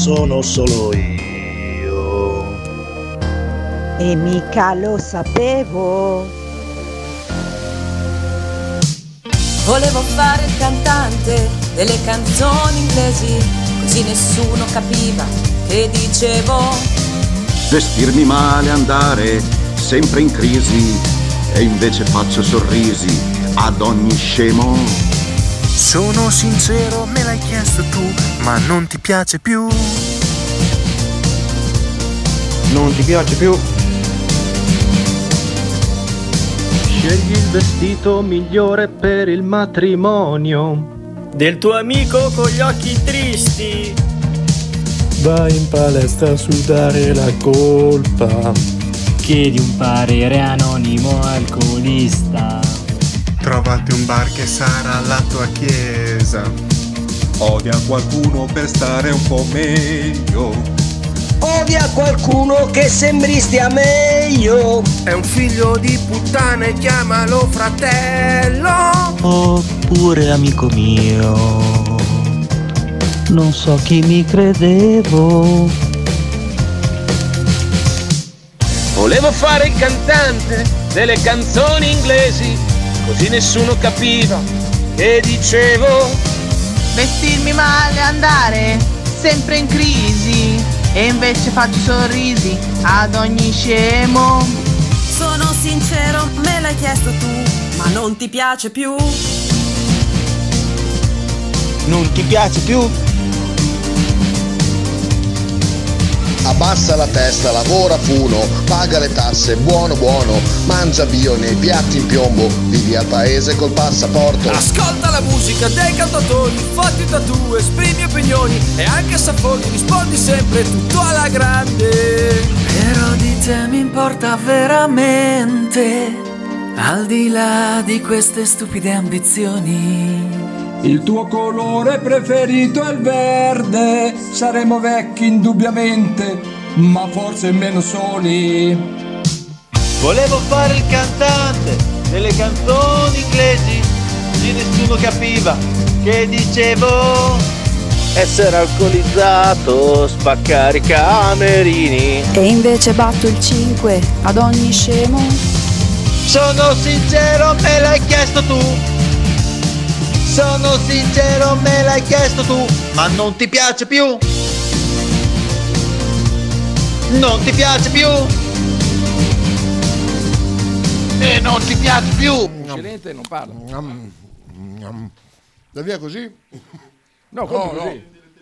sono solo io. E mica lo sapevo. Volevo fare il cantante delle canzoni inglesi, così nessuno capiva che dicevo. Vestirmi male, andare sempre in crisi, e invece faccio sorrisi ad ogni scemo. Sono sincero, me l'hai chiesto tu, ma non ti piace più. Non ti piace più? Scegli il vestito migliore per il matrimonio del tuo amico con gli occhi tristi. Vai in palestra a sudare la colpa. Chiedi un parere anonimo alcolista. Trovati un bar che sarà la tua chiesa. Odia qualcuno per stare un po' meglio. Odia qualcuno che sembri stia meglio. È un figlio di puttana e chiamalo fratello. Oppure amico mio, non so chi mi credevo. Volevo fare il cantante delle canzoni inglesi, così nessuno capiva che dicevo. Vestirmi male, andare sempre in crisi, e invece faccio sorrisi ad ogni scemo. Sono sincero, me l'hai chiesto tu, ma non ti piace più. Non ti piace più? Abbassa la testa, lavora funo, paga le tasse, buono buono, mangia bio nei piatti in piombo, vivi al paese col passaporto. Ascolta la musica dei cantatori, fatti tattoo, esprimi opinioni e anche sapori, rispondi sempre tutto alla grande. Però di te mi importa veramente, al di là di queste stupide ambizioni. Il tuo colore preferito è il verde, saremo vecchi indubbiamente, ma forse meno soli. Volevo fare il cantante delle canzoni inglesi, così nessuno capiva che dicevo. Essere alcolizzato, spaccare i camerini, E invece batto il 5 ad ogni scemo. Sono sincero, me l'hai chiesto tu. Sono sincero, me l'hai chiesto tu, ma non ti piace più? Non ti piace più? E non ti piace più? Silente non parla. Da via così? No, come così?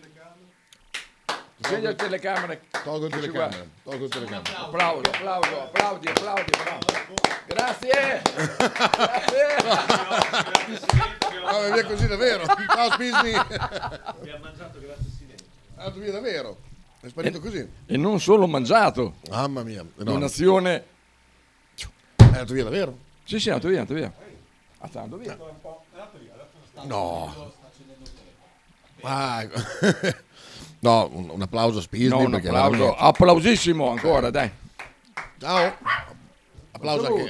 Scegli le telecamere. Tolgo il telecamera. Tolgo il telecamera. Applauso, applaudi. Grazie. No, via così davvero. Ciao Spisni. Abbiamo mangiato grazie silenzio. È andato via davvero. È sparito così. E non solo mangiato. Mamma mia. No. Donazione. È andato via davvero? Sì, è andato via. Sta andando via. No. No, un applauso a Spisni. No, un applauso. Applausissimo ancora, dai. Ciao. Applauso anche.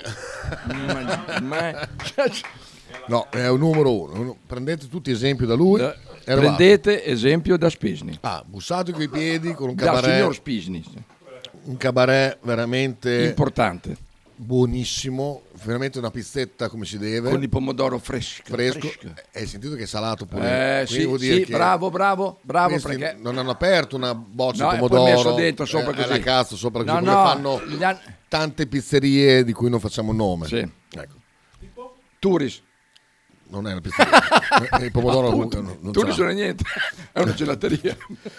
No, è un numero uno. Prendete tutti esempio da lui. Prendete esempio da Spisni. Bussato coi piedi con un Da cabaret. signor Spisni. Un cabaret veramente importante. Buonissimo. Veramente una pizzetta come si deve. Con il pomodoro fresco. Hai sentito che è salato pure? Sì, Dire che bravo, perché non hanno aperto una boccia di e poi pomodoro messo dentro sopra così. alla cazzo sopra così, No, come fanno tante pizzerie di cui non facciamo nome. Sì. Ecco. Turis. Non è una pizzeria. Il pomodoro Appunto, non Turis ce l'ha. non è niente, è una gelateria.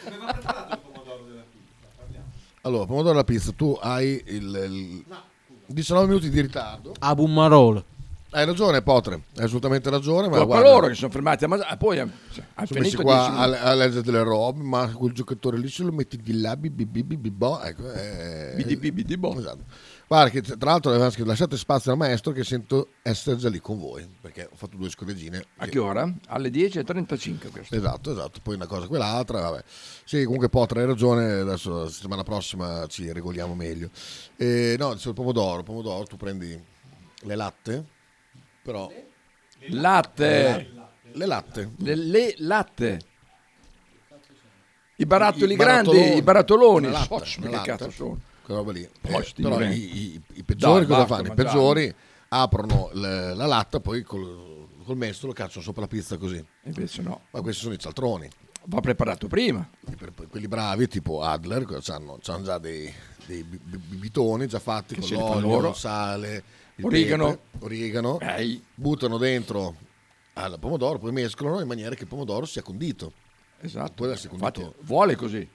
Allora, pomodoro alla pizza, tu hai il 19 minuti di ritardo. A Bummarol. Hai ragione, Potre, hai assolutamente ragione. Ma Colpa guarda, loro che sono fermati a mangiare, poi ha sono finito messi qua 10 minuti. a leggere delle robe, ma quel giocatore lì se lo metti di là, bibibibibibò, ecco. Bidibibibibò. Esatto. Guarda che tra l'altro aveva scritto lasciate spazio al maestro che sento essere già lì con voi, perché ho fatto 2 scorreggine. A che ora? Alle 10:35 questo. Esatto, poi una cosa quell'altra, vabbè. Sì, comunque Potre hai ragione, adesso la settimana prossima ci regoliamo meglio. No, dicevo il pomodoro, tu prendi le latte, però... Latte. Le latte. Le latte. I barattoli i grandi, i barattoloni. una latta, Che una latta, cazzo sono? quella roba lì. Posti, Però beh. i peggiori Dai, cosa basta fanno? I mangiare. peggiori aprono la latta, poi col mestolo cacciano sopra la pizza così. Invece no. Ma questi sono i cialtroni. Va preparato prima. Quelli bravi, tipo Adler, hanno già dei bitoni già fatti Che con se li fanno l'olio, loro. il sale, il Origano. origano, buttano dentro al pomodoro, poi mescolano in maniera che il pomodoro sia condito. Esatto. Poi deve essere condito. Infatti, vuole così.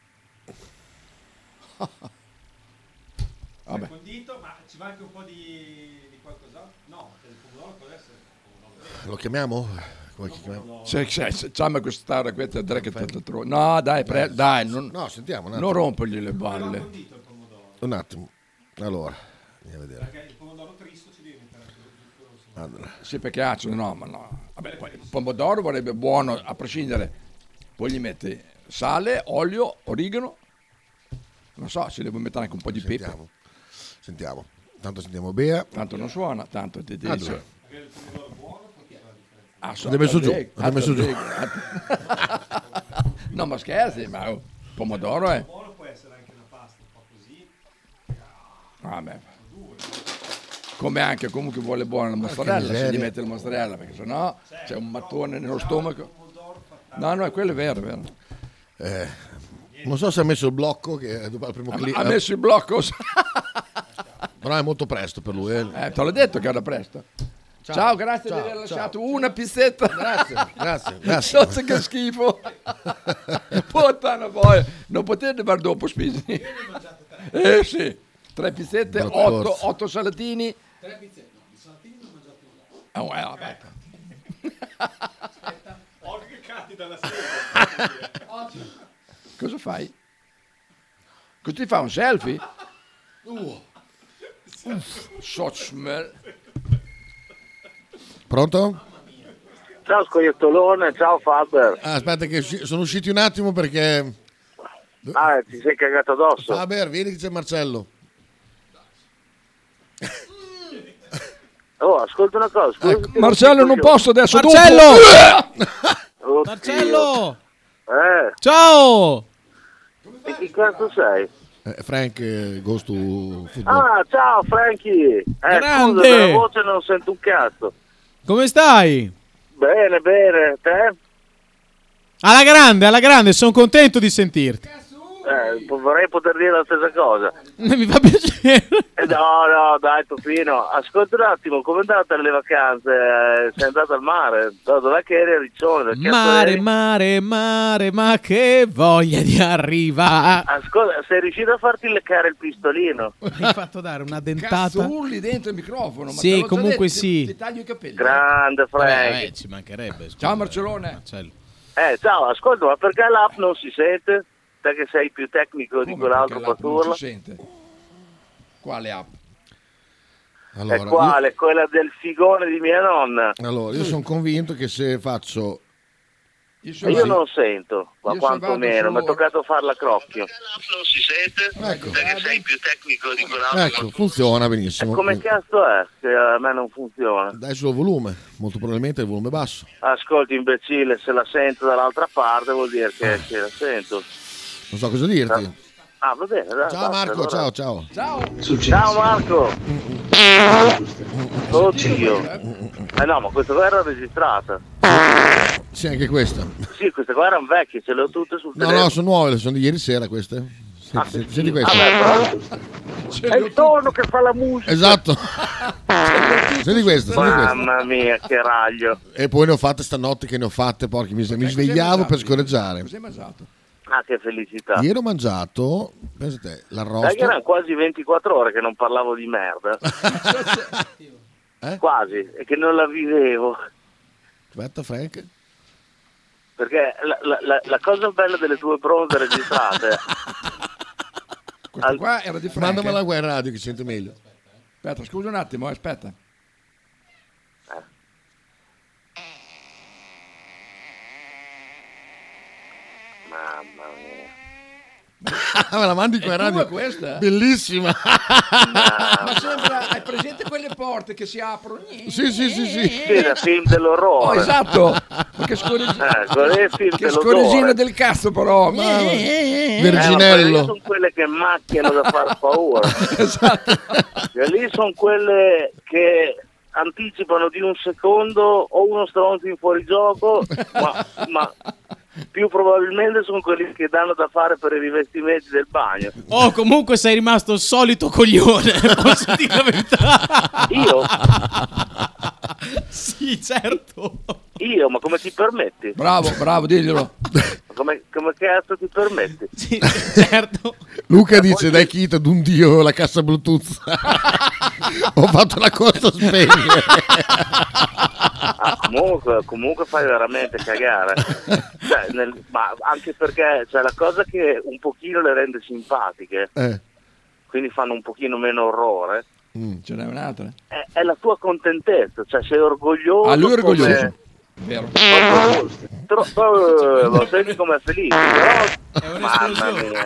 Vabbè. Condito, ma ci va anche un po' di qualcos'altro? No, perché il pomodoro può essere pomodoro. Lo chiamiamo? Come che chiamiamo? C'è questa che no, dai, dai, non, no, sentiamo un attimo. non rompergli le balle. Un attimo. Allora, andiamo a vedere. Perché il pomodoro tristo ci deve mettere anche lo zucchero. Allora. Sì, perché accido, no, ma no. Vabbè, poi il pomodoro vorrebbe buono, a prescindere. Poi gli metti sale, olio, origano. Non so, se devo mettere anche un po' di pepe. Sentiamo. Tanto sentiamo Bea. Tanto non suona, tanto ti Ah, dice. dove? L'hai messo giù, l'hai messo giù. No, ma scherzi, ma il pomodoro è. Il pomodoro può essere anche una pasta un po' così. Vabbè. Come anche comunque vuole buona la mozzarella, se gli mette la mozzarella, perché sennò c'è un mattone nello stomaco. No, quello è vero, è vero. Non so se ha messo il blocco che dopo il primo clip. Ha messo il blocco. Però è molto presto per lui. Te l'ho detto che era presto. Ciao, grazie di aver lasciato una pizzetta. Grazie. Non so che schifo. Puttana poi. Non potete fare dopo, spisi. Sì. 3 pizzette, 8 salatini. 3 pizzette, no, i salatini non ho mangiato. Vabbè. Aspetta. Olio che catti dalla sera. Cosa fai? Cosa ti fa un selfie? So smell. Pronto? Ciao scoiettolone, ciao Faber. Aspetta che sono usciti un attimo perché... Ti sei cagato addosso. Faber, vieni che c'è Marcello. Oh, ascolta una cosa. Scusa, Marcello, non posso adesso. Marcello! Oddio. Marcello! Ciao! E chi cazzo sei? Frank goes to football. Ah, ciao Frankie! Grande! Scusa, per la voce non sento un cazzo. Come stai? Bene, te? Alla grande, sono contento di sentirti. Vorrei poter dire la stessa cosa. Mi fa piacere. No, dai Topino. Ascolta un attimo, come è andata le vacanze? Sei andato al mare? Dov'è che eri a Riccione? Mare, ma che voglia di arrivare. Ascolta, sei riuscito a farti leccare il pistolino? Mi hai fatto dare una dentata. Cazzo, urli dentro il microfono. Ma Sì, te l'ho già comunque detto, sì. Ti taglio i capelli. Grande Frank. Ci mancherebbe. Scusa, Ciao Marcellone. Marcello. Ciao, ascolta, ma perché l'app non si sente? Te che sei più tecnico di quell'altro paturlo? Non si sente. Quale app? Allora, quale? Quella del figone di mia nonna. Allora, io sono convinto che se faccio... Io non sento, ma Io quantomeno, mi è toccato farla a crocchio. Non si sente? Ecco. Te che sei più tecnico di quell'altro. Ecco, funziona benissimo. Come cazzo è che a me non funziona? Dai sul volume, molto probabilmente il volume basso. Ascolti imbecille, se la sento dall'altra parte vuol dire che la sento. Non so cosa dirti. Ah, va bene, dai. Ciao basta, Marco, allora. ciao. Ciao Marco. Oddio. No, ma questa qua era registrata. Sì, anche questa. Sì, queste qua erano vecchie, ce le ho tutte sul telefono. No, sono nuove, sono di ieri sera queste. Senti questa. È il tono che fa la musica. Esatto. Senti questa. Mamma mia, che raglio. E poi ne ho fatte stanotte che ne ho fatte, porchi, mi svegliavo per scorreggiare. Cosa hai mangiato? Ah, che felicità. Ieri ho mangiato, pensa te, Dai che l'arrosto. erano quasi 24 ore che non parlavo di merda. Quasi, e che non la vivevo. Aspetta, Frank. Perché la cosa bella delle tue bronze registrate... Questa qua era di Frank. Mandamela qua in radio che sento meglio. Aspetta, scusa un attimo, aspetta. Mamma mia. Me la mandi qua in radio? Questa? Bellissima. Ma sembra, hai presente quelle porte che si aprono? Sì. Sì, da film dell'orrore. Esatto. Ma che scorregina del cazzo però. Verginello. Ma sono quelle che macchiano da far paura. Esatto. E lì sono quelle che anticipano di un secondo o uno stronzo in fuorigioco, ma più probabilmente sono quelli che danno da fare per i rivestimenti del bagno. Oh, comunque sei rimasto il solito coglione, posso dire la verità. Io? Sì, certo. Io, ma come ti permetti? Bravo, diglielo. Come cazzo ti permetti? Sì, certo. Luca dice, dai Chito, ad un dio la cassa Bluetooth. Ho fatto la cosa a spegnere. Comunque fai veramente cagare. Ma anche perché la cosa che un pochino le rende simpatiche, quindi fanno un pochino meno orrore. Ce n'è un'altra? È la tua contentezza, cioè sei orgoglioso. Ah, lui è orgoglioso. Vero. Lo senti come è felice, però mamma mia.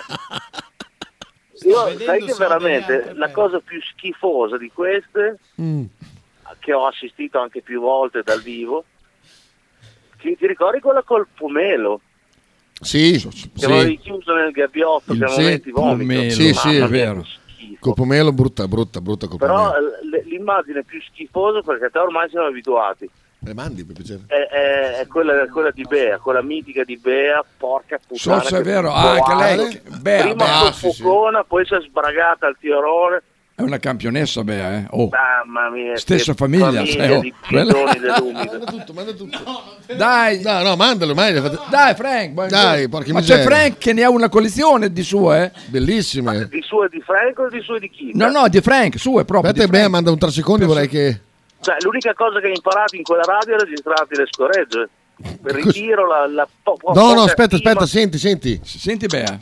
Io sai che veramente la cosa più schifosa di queste, che ho assistito anche più volte dal vivo, ti ricordi quella col pomelo? Sì. Che avevi chiuso nel gabbiotto, che non metti vomito. Sì, è vero. Col pomelo brutta col però l'immagine più schifosa, perché te ormai siamo abituati. Me le mandi per piacere? È quella di Bea, quella mitica di Bea, porca puttana. È vero, anche lei. Prima soffocona, poi si è sbragata al tiorone. È una campionessa Bea, Oh. Mamma mia. Stessa famiglia di bidoni dell'umido. Manda tutto. Dai. No, mandalo, Dai, Frank. Dai, porca ma miseria. c'è Frank che ne ha una collezione di sue, Bellissime. Di sue di Frank o di sue di chi? No, di Frank, sue proprio. Aspetta, Bea manda un 3 secondi, vorrei che... Cioè, l'unica cosa che hai imparato in quella radio è registrarti le scoregge. Per ritiro la No, aspetta, senti. Senti Bea.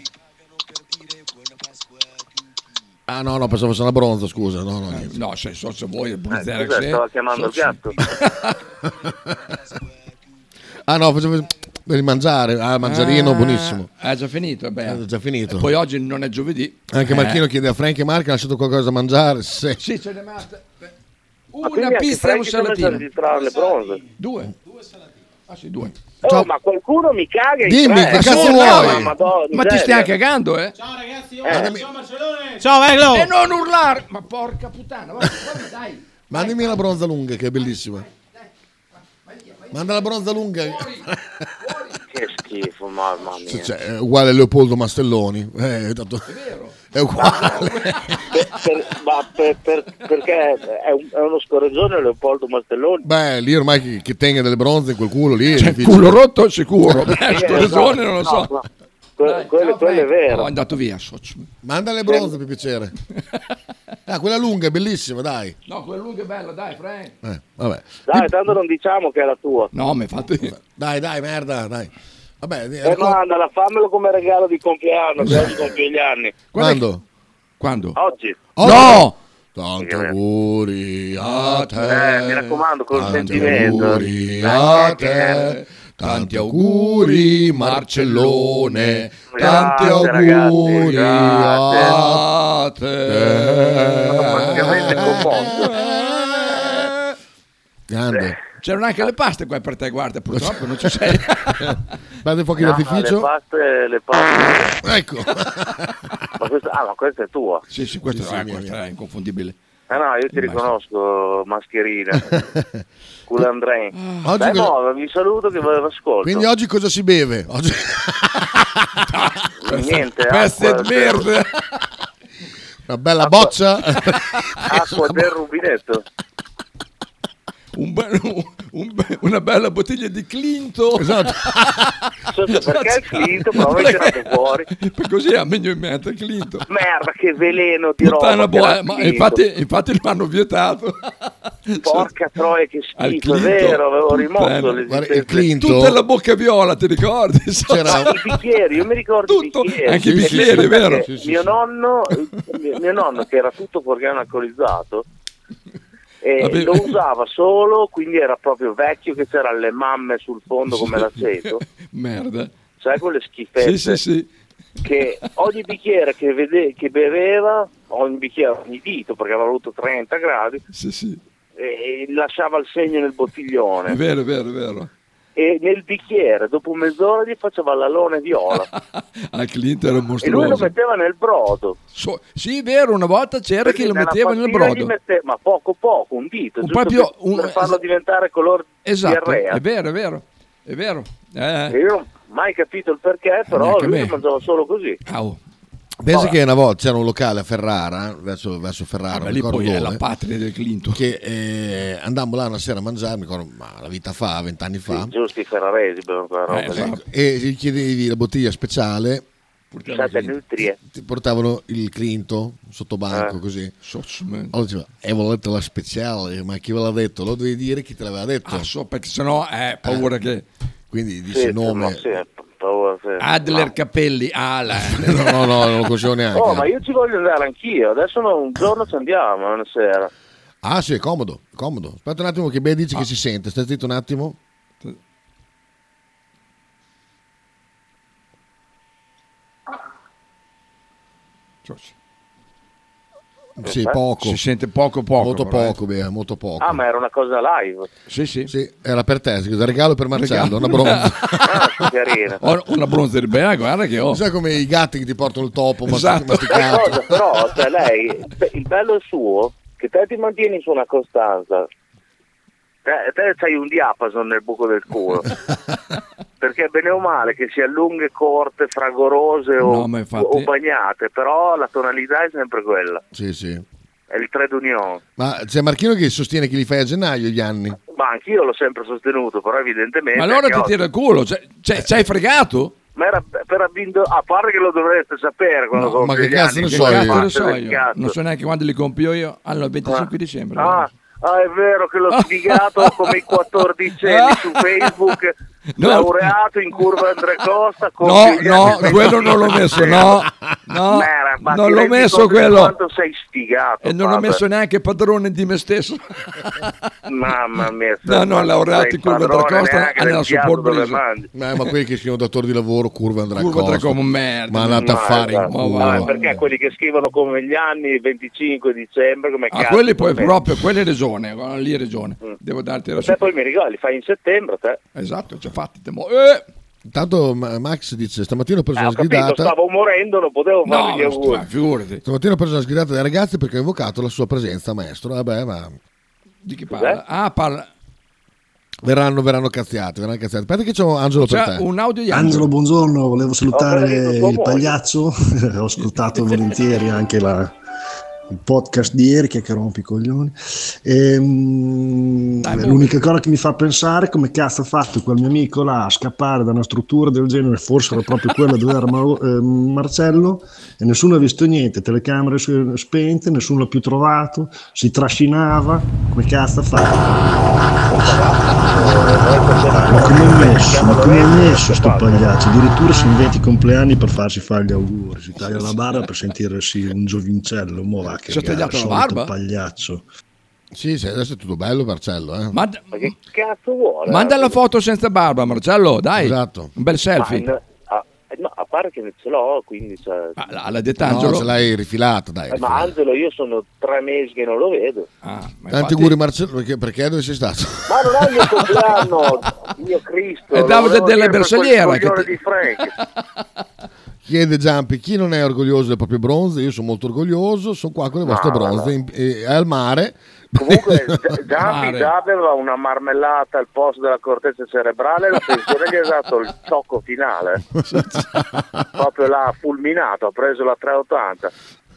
Ah no, pensavo fosse una bronza, scusa. Niente. No, se vuoi stava chiamando il gatto. Ah no, facevo per il mangiare. Ah, mangiarino buonissimo. È già finito, Bea. È già finito. E poi oggi non è giovedì. Anche Marchino chiede a Frank e Marco, ha lasciato qualcosa da mangiare? Sì, ce ne mette. Una pizza e un salatino. Le bronze. 2. Ah sì, 2. Ma qualcuno mi caga. Dimmi, che cazzo vuoi? Ma ti stiamo cagando, Ciao ragazzi, ciao Marcellone. Ciao, Veglo. E non urlare. Ma porca puttana, dai. Mandami la bronza lunga, che è bellissima. Manda la bronza lunga. Che schifo, mamma mia. È uguale a Leopoldo Mastelloni. È vero. È uguale. Perché è uno scorreggione Leopoldo Mastelloni. Beh, lì ormai che tenga delle bronze in quel culo lì. C'è il culo rotto sicuro. Scorreggione non lo so. Quello è vero. È andato via. Manda le bronze per piacere. Quella lunga è bellissima, dai. No, quella lunga è bella, dai, Frank. Vabbè. Dai, tanto non diciamo che è la tua. No, ma infatti. Dai, merda, dai. Vabbè, mandala, fammelo come regalo di compleanno, che oggi compie gli anni. Quando? Oggi. No! Tanti auguri a te. Mi raccomando, col sentimento. Auguri a te. Tanti auguri Marcellone, tanti auguri a te. Praticamente commosso. Grande. C'erano anche le paste qua per te, guarda, purtroppo non ci sei. Guarda i fuochi d'artificio. Le paste. Ecco. ma questa è tua. Sì, questa è inconfondibile. No, io ti riconosco, mascherina. Culandrei. Vi saluto che ve ascolto. Quindi oggi cosa si beve? Oggi... Niente, peste di merda. Una bella boccia. Acqua del rubinetto. Una bella bottiglia di Clinto. Esatto. Perché il Clinto? Ma l'ho tirato fuori. Così a me in mente il Clinto. Merda, che veleno di roba. Ma infatti lo hanno vietato. Porca troia, che schifo, è vero, avevo rimosso il Clinto. Tutta la bocca viola, ti ricordi? C'era i bicchieri, io mi ricordo tutto, i bicchieri. Anche i bicchieri, vero? Mio nonno, che era tutto fuorché alcolizzato, lo usava solo, quindi era proprio vecchio, che c'erano le mamme sul fondo come l'aceto. Merda. Sai quelle schifezze? Sì. che ogni bicchiere che beveva, ogni dito, perché aveva avuto 30 gradi, Sì. e lasciava il segno nel bottiglione. È vero. E nel bicchiere, dopo mezz'ora, gli faceva l'alone viola. Al cliente era E lui lo mostruoso. metteva nel brodo. Sì, vero, una volta c'era Perché chi lo nella metteva nel pastiglia brodo. gli ma poco, un dito, Un giusto proprio- per farlo diventare color Esatto, diarrea. è vero. E io non ho mai capito il perché, però Neanche lui me. lo mangiava solo così. Pensa Vabbè. che una volta c'era un locale a Ferrara, verso Ferrara, non lì ricordo poi è dove, la patria del Clinton. che andammo là una sera a mangiare, mi ricordo, ma la vita fa, 20 anni fa, Sì, giusto, i ferraresi bevono quella roba lì. ecco, e gli chiedevi la bottiglia speciale, Sate nutrie. ti portavano il Clinton sotto banco, così. Allora diceva, volete la speciale, ma chi ve l'ha detto? Lo devi dire chi te l'aveva detto. Perché sennò paura che... Quindi dice il nome. Adler Capelli, No, non lo conoscevo neanche. Oh, ma io ci voglio andare anch'io. Adesso un giorno ci andiamo, una sera. Ah sì, è comodo. Aspetta un attimo che Ben dice che si sente, stai zitto un attimo. Sì, poco. Si sente poco. Molto però, poco, molto poco. Ah, ma era una cosa live. Sì. Era per te, scusa, regalo per Marcello, una bronza. Carina. Una bronza di bea, guarda che ho. Sai come i gatti che ti portano il topo Esatto. masticato. Cosa, però, cioè, lei, il bello è suo, che te ti mantieni su una costanza. Te c'hai un diapason nel buco del culo. Perché bene o male che sia lunghe, corte, fragorose o bagnate, però la tonalità è sempre quella. Sì. È il trade union. Ma c'è Marchino che sostiene che li fai a gennaio gli anni. Ma anch'io l'ho sempre sostenuto, però evidentemente... Ma allora ti tira il culo, ci hai fregato? Ma era per a parte che lo dovreste sapere quando No, ma che gli cazzo anni, ne so io? Lo so io. Non so neanche quando li compio io. Allora, il 25 dicembre. È vero che l'ho sfigato come i 14enni su Facebook, laureato in curva Andrea Costa. No, quello non l'ho messo, no, non l'ho messo quello. Quanto sei sfigato. E non ho messo neanche padrone di me stesso. Mamma mia. No, laureato in curva Andrea Costa e nella support Brisa. Ma quelli che scrivono datori di lavoro, curva Andrea Costa. Come merda. Ma andate a fare in culo. Perché quelli che scrivono come gli anni, il 25 dicembre, come cazzo. Quelli poi proprio, quella è regione, lì è regione. Devo darti la te poi mi ricordi, li fai in settembre, te. Esatto, ci ha fatti. Intanto Max dice stamattina ho preso una capito, sgridata. stavo morendo, non potevo fargli gli auguri. Figurati. Stamattina ho preso una sgridata dai ragazzi perché ho invocato la sua presenza, maestro. Vabbè, ma di chi parla? Parla. Verranno cazziati. Aspetta che c'è Angelo per te. Un audio di Angelo, buongiorno, volevo salutare il pagliaccio. Ho ascoltato volentieri anche il podcast di ieri che rompi i coglioni. L'unica cosa che mi fa pensare come cazzo ha fatto quel mio amico là a scappare da una struttura del genere, forse era proprio quella dove era Marcello, e nessuno ha visto niente, telecamere spente, nessuno l'ha più trovato, si trascinava, come cazzo ha fatto? Ma come è messo sto pagliaccio? Addirittura si inventa i compleanni per farsi fare gli auguri, si taglia la barba per sentirsi un giovincello. Si è tagliato la barba? Pagliaccio. Sì, adesso è tutto bello Marcello. Ma che cazzo vuole? Manda la foto senza barba, Marcello, dai. Esatto. Un bel selfie. No, a parte che ce l'ho, quindi... L'ha detto Angelo? No, ce l'hai rifilata, dai. Ma Angelo, io sono 3 mesi che non lo vedo. Tanti auguri Marcello, perché dove sei stato? Ma non è il mio compleanno, mio Cristo. È Davide della Bersagliera che di Frank. Chiede Giampi, chi non è orgoglioso delle proprie bronze? Io sono molto orgoglioso, sono qua con le vostre bronze, è al mare. Comunque Giampi già aveva una marmellata al posto della corteccia cerebrale, la pensione gli ha dato il ciocco finale. Proprio l'ha fulminato, ha preso la 380.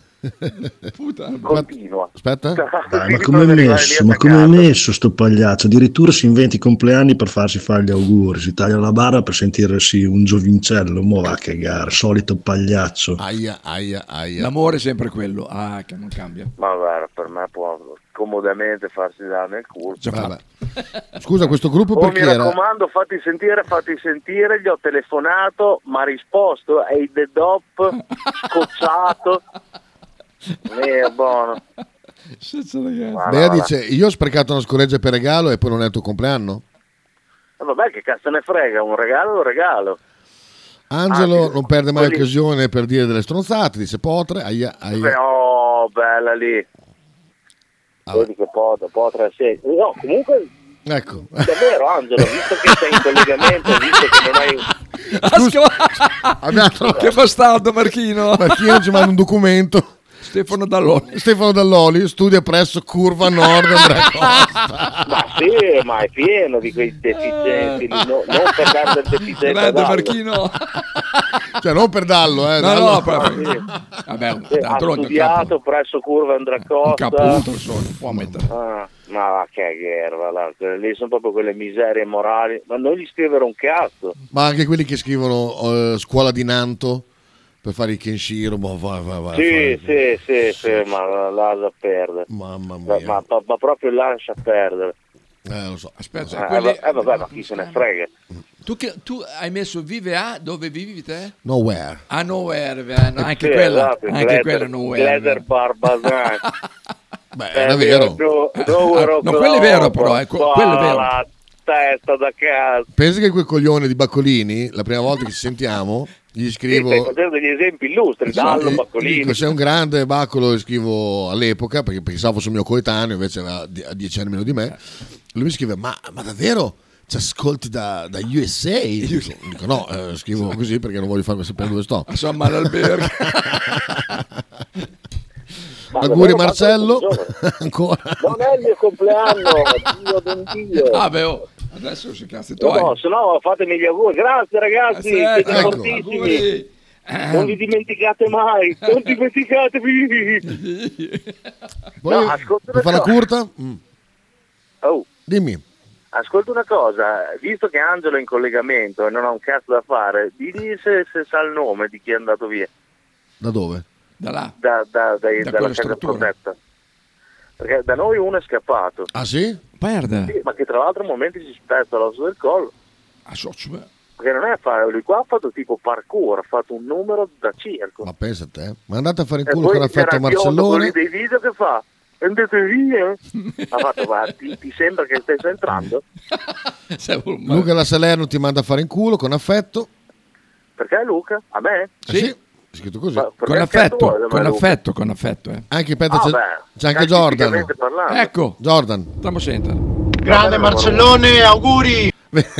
Continua. Aspetta. Dai, ma come è messo sto pagliaccio? Addirittura si inventa i compleanni per farsi fare gli auguri, si taglia la barba per sentirsi un giovincello. Mo va a cagare, solito pagliaccio. Aia. L'amore è sempre quello, che non cambia. Ma guarda, per me può comodamente farsi dare nel culo. Scusa, questo gruppo perché mi raccomando, fatti sentire, gli ho telefonato, ma ha risposto, è il DOP scocciato. Buono. Bea dice, io ho sprecato una scoreggia per regalo e poi non è il tuo compleanno? Vabbè, che cazzo ne frega, un regalo è un regalo. Angelo non perde mai occasione per dire delle stronzate, dice Potre. Oh, bella lì. Vedi che Potre sì. No, comunque ecco. Davvero Angelo, visto che sei in collegamento, visto che non hai Che bastardo Marchino. Marchino ci manda un documento. Stefano Dall'Oli studia presso Curva Nord Andrea Costa. Ma sì, ma è pieno di quei deficienti, non per dare del deficiente. Grande Marchino. Cioè non per darlo, No, sì. Vabbè, ha studiato presso Curva Andrea Costa. Un caputo, può mettere. Ma che guerra, là. Lì sono proprio quelle miserie morali. Ma non gli scrivere un cazzo. Ma anche quelli che scrivono scuola di Nanto per fare i Kenshiro, ma vai. Sì, ma lascia perdere. Mamma mia. Ma proprio lascia perdere. Lo so. Aspetta, vabbè, ma chi se ne frega. Tu hai messo vive a dove vivi te? Nowhere. A Nowhere, anche quella. Esatto, anche quella Nowhere. Glaser Barbazan. Beh, era vero. No, quello è vero, però. Quello è vero. La testa da casa. Pensi che quel coglione di Baccolini, la prima volta che ci sentiamo, gli scrivo. Stai facendo degli esempi illustri, Dallo, Baccolini. Dico, sei un grande Baccolo, gli scrivo all'epoca, perché pensavo fosse mio coetaneo, invece aveva 10 anni meno di me. Lui mi scrive, ma davvero? Ci ascolti da USA? Dico no, scrivo così perché non voglio farmi sapere dove sto. Sono male albergo. Auguri Marcello. Ancora. Non è il mio compleanno, Dio ben Dio. Adesso si cazzi tuoi. No, se no fatemi gli auguri. Grazie ragazzi, siete ecco. fortissimi. Non vi dimenticate mai, non dimenticatevi. Poi, per fare la curta? Oh. Dimmi. Ascolta una cosa, visto che Angelo è in collegamento e non ha un cazzo da fare, digli se sa il nome di chi è andato via. Da dove? Da là. Dalla casa protetta. Perché da noi uno è scappato. Ah sì? Perde. Sì, ma che tra l'altro a momenti si spezza l'osso del collo. Perché non è fare, lui qua ha fatto tipo parkour, ha fatto un numero da circo. Ma pensa a te, ma andate a fare in E culo poi con affetto a c'era il biondo, Marcellone. quelli dei video che fa. Andate via. Ha fatto, ma ti sembra che stai entrando? Luca da Salerno ti manda a fare in culo con affetto. Perché Luca? A me? Sì. È scritto così. Con affetto. Anche Petra, c'è anche Calcisticamente Jordan. parlando. Ecco. Jordan. Stiamo a sentire. Grande Marcellone, auguri.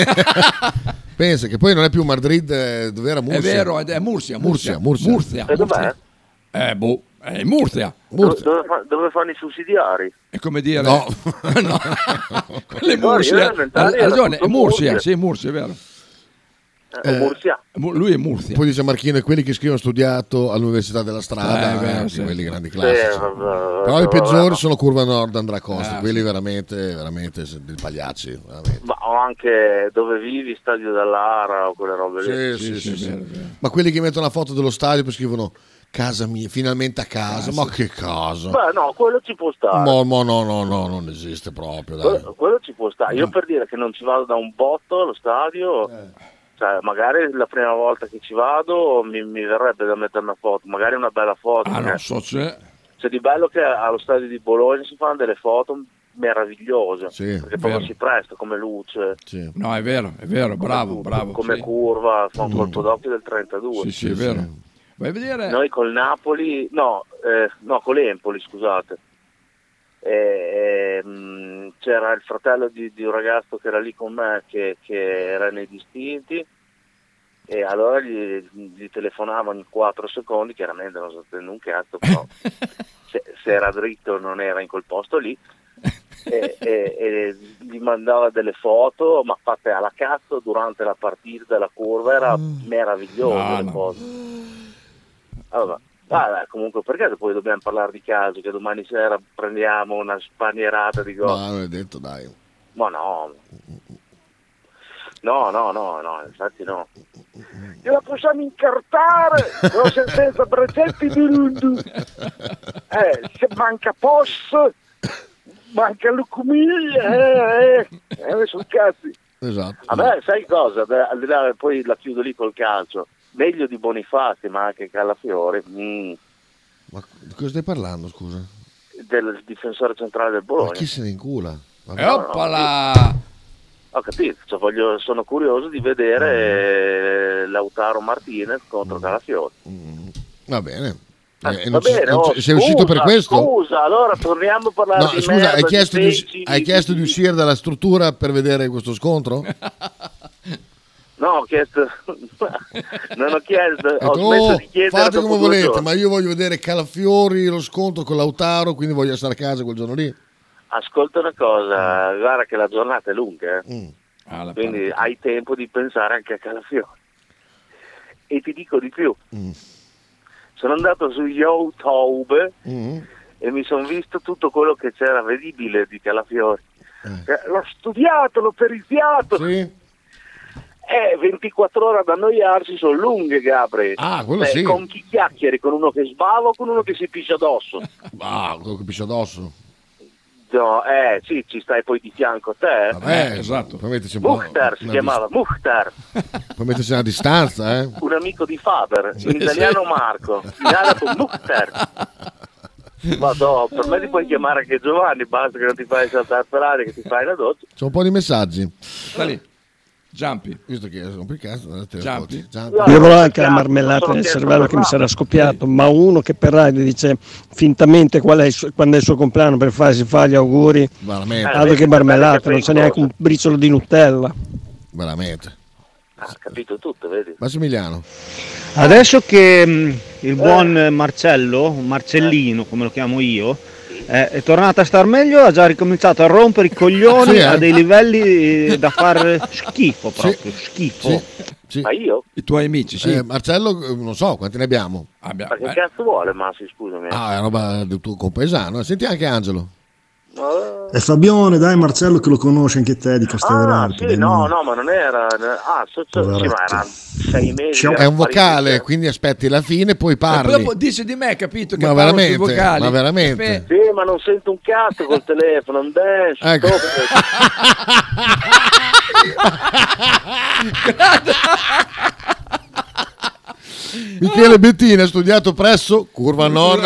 Pensa che poi non è più Madrid, dove era Murcia. È vero, è Murcia. E dov'è? È Murcia. Dove fanno i sussidiari? È come dire... No. No. Quello è Murcia. Ha ragione, è Murcia. Sì, Murcia, è vero. Murcia. Lui è Murcia. Poi dice Marchino, e quelli che scrivono studiato all'Università della Strada, vero, sì. quelli grandi classici. Però i peggiori sono Curva Nord Andrea Costa, quelli veramente dei pagliacci. Veramente. Ma o anche dove vivi, Stadio dell'Ara o quelle robe lì. Sì. Ma quelli che mettono la foto dello stadio poi scrivono casa mia, finalmente a casa. Ma che casa? Beh no, quello ci può stare. No, non esiste proprio. Dai. Quello ci può stare. Io per dire che non ci vado da un botto allo stadio, cioè magari la prima volta che ci vado mi verrebbe da mettere una foto, magari una bella foto. Non so se... C'è di bello che allo stadio di Bologna si fanno delle foto meravigliose, perché proprio si presta come luce. Sì. No, è vero, bravo. Come curva, fa un colpo d'occhio del 32. Sì, è vero. Vai a vedere. Noi col Napoli, no, con l'Empoli, scusate. C'era il fratello di un ragazzo che era lì con me che era nei distinti, e allora gli telefonavano in 4 secondi, chiaramente non sapendo un cazzo, però se era dritto non era in quel posto lì, e gli mandava delle foto ma fatte alla cazzo durante la partita della curva, era meraviglioso le foto. Allora, comunque perché poi dobbiamo parlare di calcio, che domani sera prendiamo una spanierata di gol? No, non è detto, dai. Ma no, infatti no. Gliela possiamo incartare con sentenza precetti di Rundu. Se manca POS, manca Lucumiglia, sono cazzi. Esatto. A me, sai cosa? Poi la chiudo lì col calcio. Meglio di Bonifazzi, ma anche Calafiori. Ma di cosa stai parlando, scusa? Del difensore centrale del Bologna. Ma chi se ne incula? Oppala! Ho capito, cioè sono curioso di vedere Lautaro Martinez contro Calafiori. Va bene. Va bene, sei uscito per questo? Scusa, allora torniamo a parlare No, di scusa, merda, hai chiesto di uscire dalla struttura per vedere questo scontro? No, ho chiesto. Non ho chiesto. Ho Detto, smesso di chiedere. fate dopo come 2 volete, giorni. ma io voglio vedere Calafiori lo scontro con Lautaro, quindi voglio stare a casa quel giorno lì. Ascolta una cosa, guarda che la giornata è lunga, quindi hai tempo di pensare anche a Calafiori. E ti dico di più. Sono andato su YouTube e mi sono visto tutto quello che c'era vedibile di Calafiori. L'ho studiato, l'ho periziato. Sì. 24 ore ad annoiarsi sono lunghe, Gabri. Quello sì. Con chi chiacchieri? Con uno che sbava o con uno che si piscia addosso? Quello che piscia addosso. No, sì, ci stai poi di fianco a te. Vabbè, esatto. Puoi metterci un po'. Mukhtar si chiamava, Mukhtar. Puoi metterci una distanza, eh? Un amico di Faber, in italiano Marco, in arabo Mukhtar. Ma no, per me ti puoi chiamare anche Giovanni, basta che non ti fai saltare per aria, che ti fai la doccia. C'è un po' di messaggi. Sta lì. Giampi. Visto che rompi il cazzo, Giampi. Io avrò anche la marmellata nel cervello che mi sarà scoppiato, ma uno che per radio dice fintamente quando è il suo compleanno per fa gli auguri, altro che marmellata, non c'è neanche un briciolo di Nutella. Veramente. Ha capito tutto, vedi? Massimiliano. Adesso che il buon Marcellino, come lo chiamo io, è tornato a star meglio, ha già ricominciato a rompere i coglioni a dei livelli da far schifo proprio, schifo. Sì. Ma io? I tuoi amici, sì. Marcello, non so, quanti ne abbiamo? Ma che cazzo vuole Massi, scusami? È roba del tuo compaesano. Senti anche Angelo. È Fabione, dai Marcello che lo conosci anche te di Castellarate. Sì, no, ma non era. Sì, ma era 6 mesi. È un vocale, quindi aspetti la fine, poi parli. Dopo dice di me, capito? Che Ma parlo sui veramente, vocali. ma veramente. Sì, ma non sento un cazzo col telefono, non desce. Ecco. Michele Bettini ha studiato presso Curva Nord.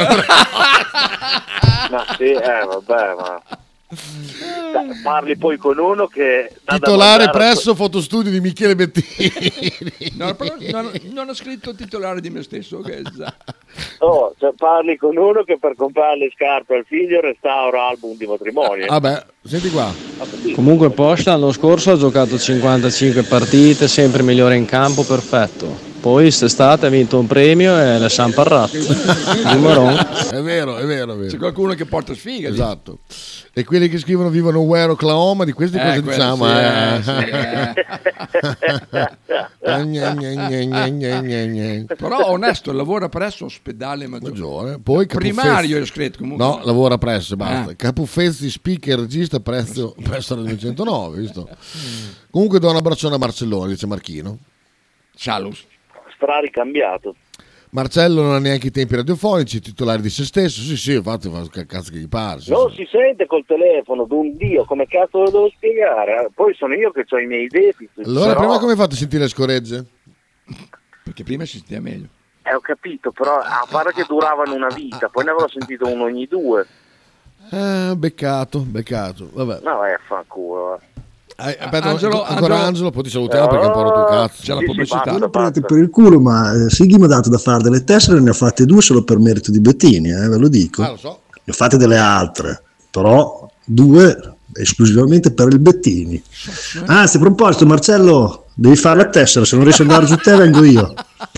Ma sì, vabbè, ma parli poi con uno che titolare presso Fotostudio di Michele Bettini. No, però non ho scritto titolare di me stesso. Cioè parli con uno che per comprare le scarpe al figlio restaura album di matrimonio. Vabbè, senti qua. Comunque Posta l'anno scorso ha giocato 55 partite, sempre migliore in campo, perfetto. Poi quest'estate ha vinto un premio e le San Parrat. È vero. C'è qualcuno che porta sfiga. Esatto. E quelli che scrivono vivono Where Oklahoma, di questi cosa diciamo? Però onesto, lavora presso ospedale maggiore. Poi primario è scritto comunque. No, lavora presso, basta. Capuffezzi, speaker, regista presso la 209, visto? Comunque do un abbraccione a Marcellone, dice Marchino. Salus. Ricambiato. Marcello non ha neanche i tempi radiofonici, titolare di se stesso. Sì, infatti fa che cazzo che gli pare. Non si sente col telefono d'un dio, come cazzo lo devo spiegare? Poi sono io che ho i miei deficit. Allora, prima come hai fatto a sentire le scoregge? Perché prima si sentiva meglio. Ho capito, però a parte che duravano una vita, poi ne avrò sentito uno ogni 2. Beccato, vabbè. No, fanculo. Aspetta, Angelo, poi ti salutiamo perché è un po' rotto il cazzo. C'è la pubblicità. Non prendete per il culo, ma Sighi mi ha dato da fare delle tessere, ne ho fatte 2 solo per merito di Bettini, ve lo dico. Lo so. Ne ho fatte delle altre, però 2 esclusivamente per il Bettini. Anzi, a proposito, Marcello, devi fare la tessera, se non riesci ad andare su te vengo io.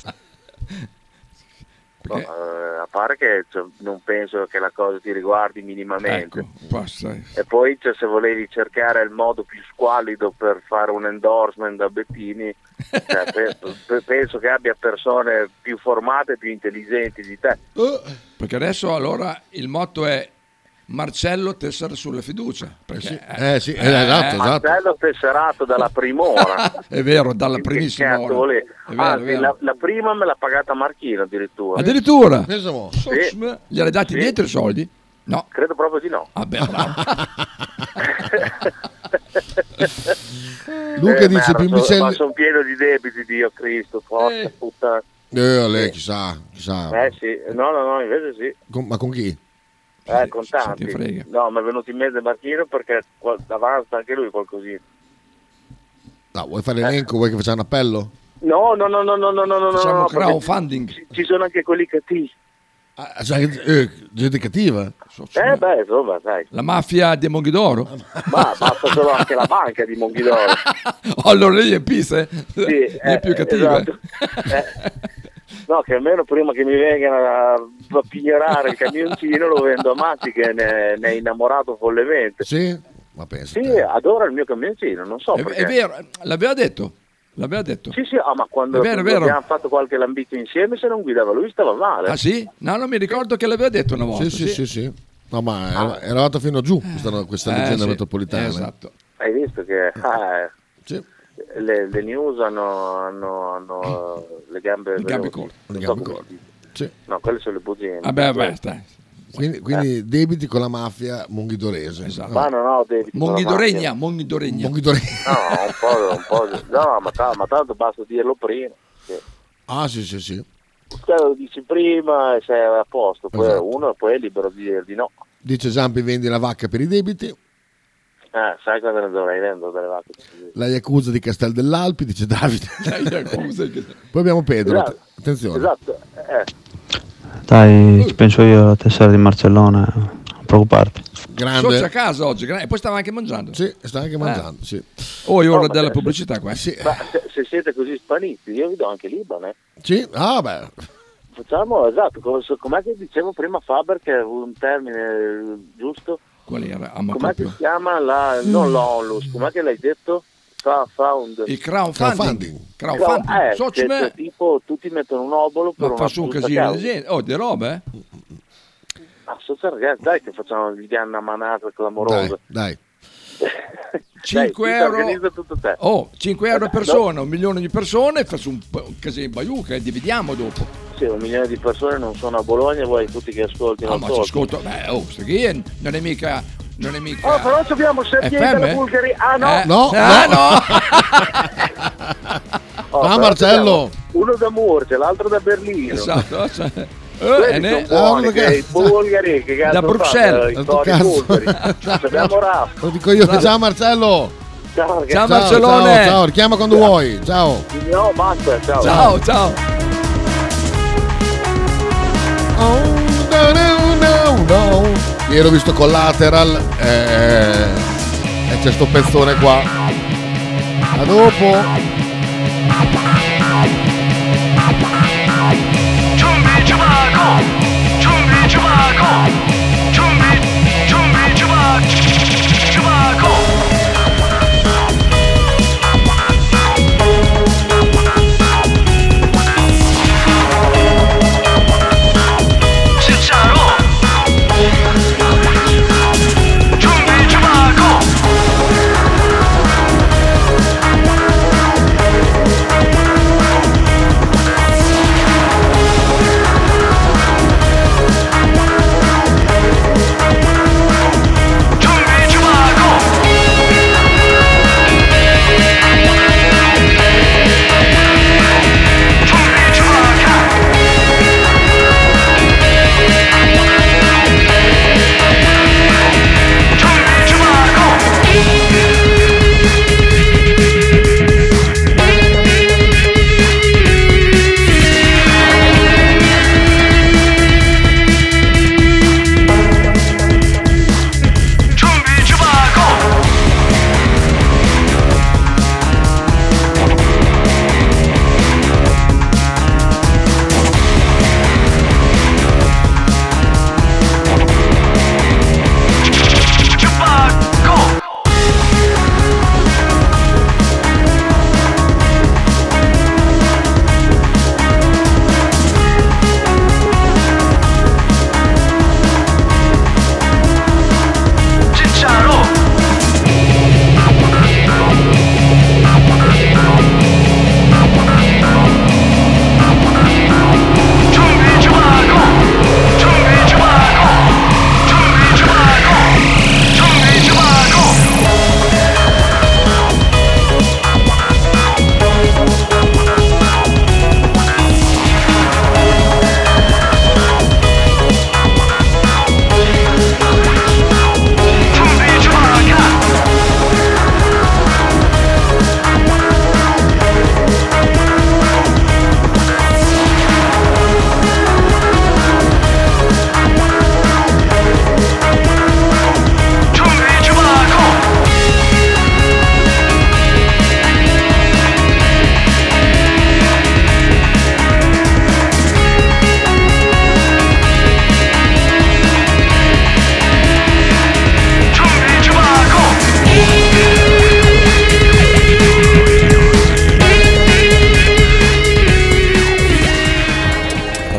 A parte che non penso che la cosa ti riguardi minimamente. Ecco, e poi se volevi cercare il modo più squallido per fare un endorsement da Bettini, penso che abbia persone più formate e più intelligenti di te. Perché adesso allora il motto è Marcello tessera sulla fiducia. Perché, esatto. Marcello tesserato dalla prima ora. È vero, dalla primissima ora. Anzi, la prima me l'ha pagata Marchino addirittura. Addirittura? Sì. Gli hai dati dietro i soldi? No. Credo proprio di no. Bravo. Luca dice ma sono pieno di debiti, Dio Cristo, porca puttana. Lei chissà. Sì. No, invece sì. Ma con chi? Con tanti. No, mi è venuto in mente Marchino perché avanza anche lui qualcosina. No, vuoi fare l'elenco? Vuoi che facciamo un appello? No, Facciamo perché crowdfunding. ci sono anche quelli cattivi. Gente cattiva? Insomma, sai. La mafia di Monghidoro? Ma basta solo anche la banca di Monghidoro. Allora lì è pisse? Sì, è più cattiva. Esatto. No, che almeno prima che mi vengano a pignorare il camioncino lo vendo a Matti che ne è innamorato follemente. Sì? Ma pensa. Sì, adora il mio camioncino, non so perché. È vero, l'aveva detto. Sì, ma quando È vero. abbiamo fatto qualche lambito insieme, se non guidava lui stava male. Ah sì? No, non mi ricordo che l'aveva detto una volta. Sì. No, ma era arrivato fino giù questa leggenda metropolitana. Esatto. Hai visto che sì. le news hanno le gambe corte. Sì. No, quelle sono le bugie. Vabbè, stai. Quindi debiti con la mafia monghidorese. Esatto. Ma no, debiti Monghidoregna. No, un po'. No, ma tanto basta dirlo prima. Sì. Ah, sì. Lo dici prima e sei a posto, poi uno poi è libero di dire di no. Dice Zampi vendi la vacca per i debiti. Sai cosa ne dovrei vendere delle vacche? La Yakuza di Castel dell'Alpi, dice Davide. Poi abbiamo Pedro. Esatto. Attenzione. Esatto. Dai, ci penso io alla tessera di Marcellone, non preoccuparti. Grande. Socio a casa oggi, e poi stava anche mangiando. Sì, sta anche mangiando, sì. È ora della pubblicità qua. Sì. Ma se siete così spaniti, io vi do anche l'Iban, Sì? Ah, beh. Facciamo, esatto, com'è che dicevo prima Faber che è un termine giusto? Qual era? Com'è che si chiama non l'onlus, com'è che l'hai detto? Il crowdfunding. Cioè, tipo tutti mettono un obolo per ma fa su un casino di gente. Di roba, ragazzi, dai che facciamo una manata clamorosa. Dai. 5 euro. Tutto te. 5 euro a persona, 1 milione di persone, faccio un casino in baiuca e dividiamo dopo. Sì, 1 milione di persone non sono a Bologna, vuoi tutti che ascoltino. Ma ci ascolto. Sta qui non è mica. Però abbiamo Sergei dalla Bulgaria. No. Marcello. Uno da Murcia, l'altro da Berlino. Esatto. I bulgari che da Bruxelles. Abbiamo Raff. Lo dico io. Ciao Marcello. Ciao Marcellone. Ciao, richiama quando vuoi. Ciao. No, basta, ciao. Ciao. No. Ieri ho visto Collateral e c'è sto pezzone qua. A dopo.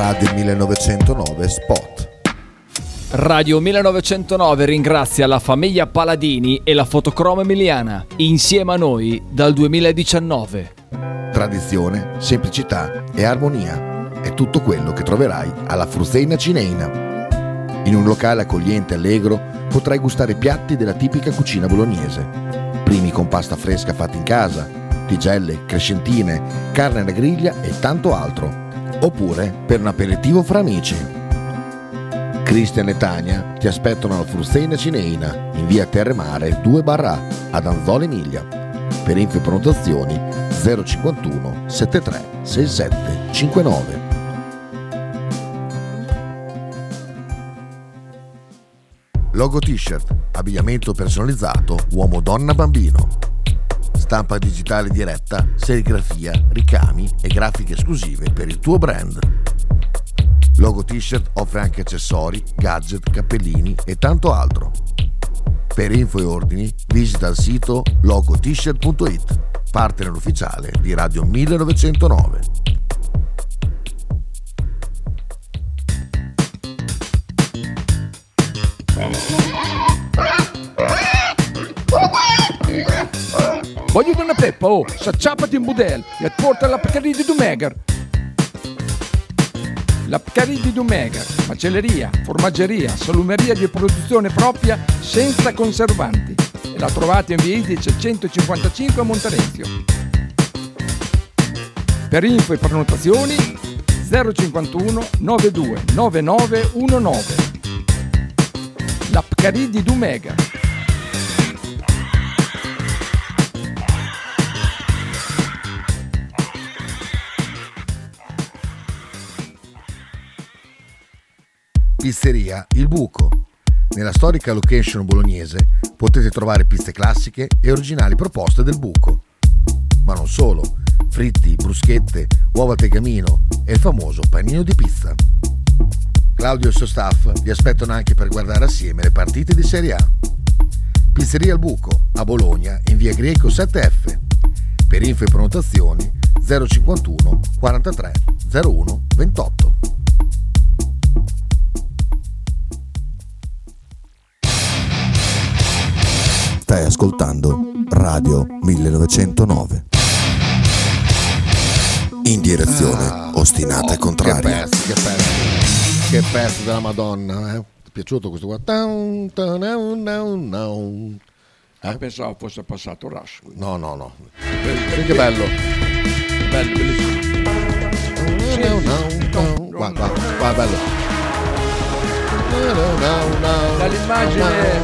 Radio 1909 Spot. Radio 1909 ringrazia la famiglia Paladini e la Fotocromo Emiliana, insieme a noi dal 2019. Tradizione, semplicità e armonia è tutto quello che troverai alla Fruzeina Cineina. In un locale accogliente e allegro potrai gustare piatti della tipica cucina bolognese. Primi con pasta fresca fatta in casa, tigelle, crescentine, carne alla griglia e tanto altro. Oppure per un aperitivo fra amici. Cristian e Tania ti aspettano alla Fruzeina Cineina in via Terremare 2/A ad Anzola Emilia. Per info e prenotazioni 051 73 67 59. Logo T-shirt, abbigliamento personalizzato uomo, donna, bambino. Stampa digitale diretta, serigrafia, ricami e grafiche esclusive per il tuo brand. Logo T-shirt offre anche accessori, gadget, cappellini e tanto altro. Per info e ordini visita il sito logotshirt.it, partner ufficiale di Radio 1909. Voglio una peppa, s'acciappati in budel e porta la Pcaridi di Dumegar. La Pcaridi di Dumegar, macelleria, formaggeria, salumeria di produzione propria senza conservanti. E la trovate in via Idice 155 a Monterezio. Per info e prenotazioni 051 92 9919. La Pcaridi di Dumegar. Pizzeria Il Buco. Nella storica location bolognese potete trovare pizze classiche e originali proposte del buco. Ma non solo, fritti, bruschette, uova al tegamino e il famoso panino di pizza. Claudio e il suo staff vi aspettano anche per guardare assieme le partite di Serie A. Pizzeria Il Buco, a Bologna, in via Greco 7F. Per info e prenotazioni 051 43 01 28. Stai ascoltando Radio 1909. In direzione ostinata e contraria. Che pezzo della Madonna, eh? Ti è piaciuto questo qua? Pensavo fosse passato Rush. No. Che bello. Bello, bellissimo. Qua, bello. Dall'immagine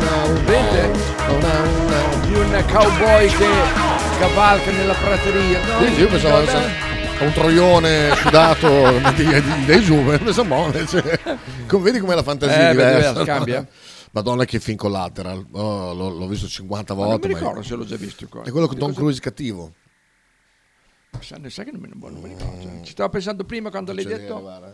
di un cowboy che cavalca nella prateria. No? Io pensavo a un troione sudato dei Juve, vedi com'è la fantasia diversa. Cambia. Madonna che film Collateral, l'ho visto 50 volte. Non mi ricordo se l'ho già visto qua. È quello con Tom Cruise cattivo. Sai che non mi ricordo. Ci stavo pensando prima quando l'hai detto.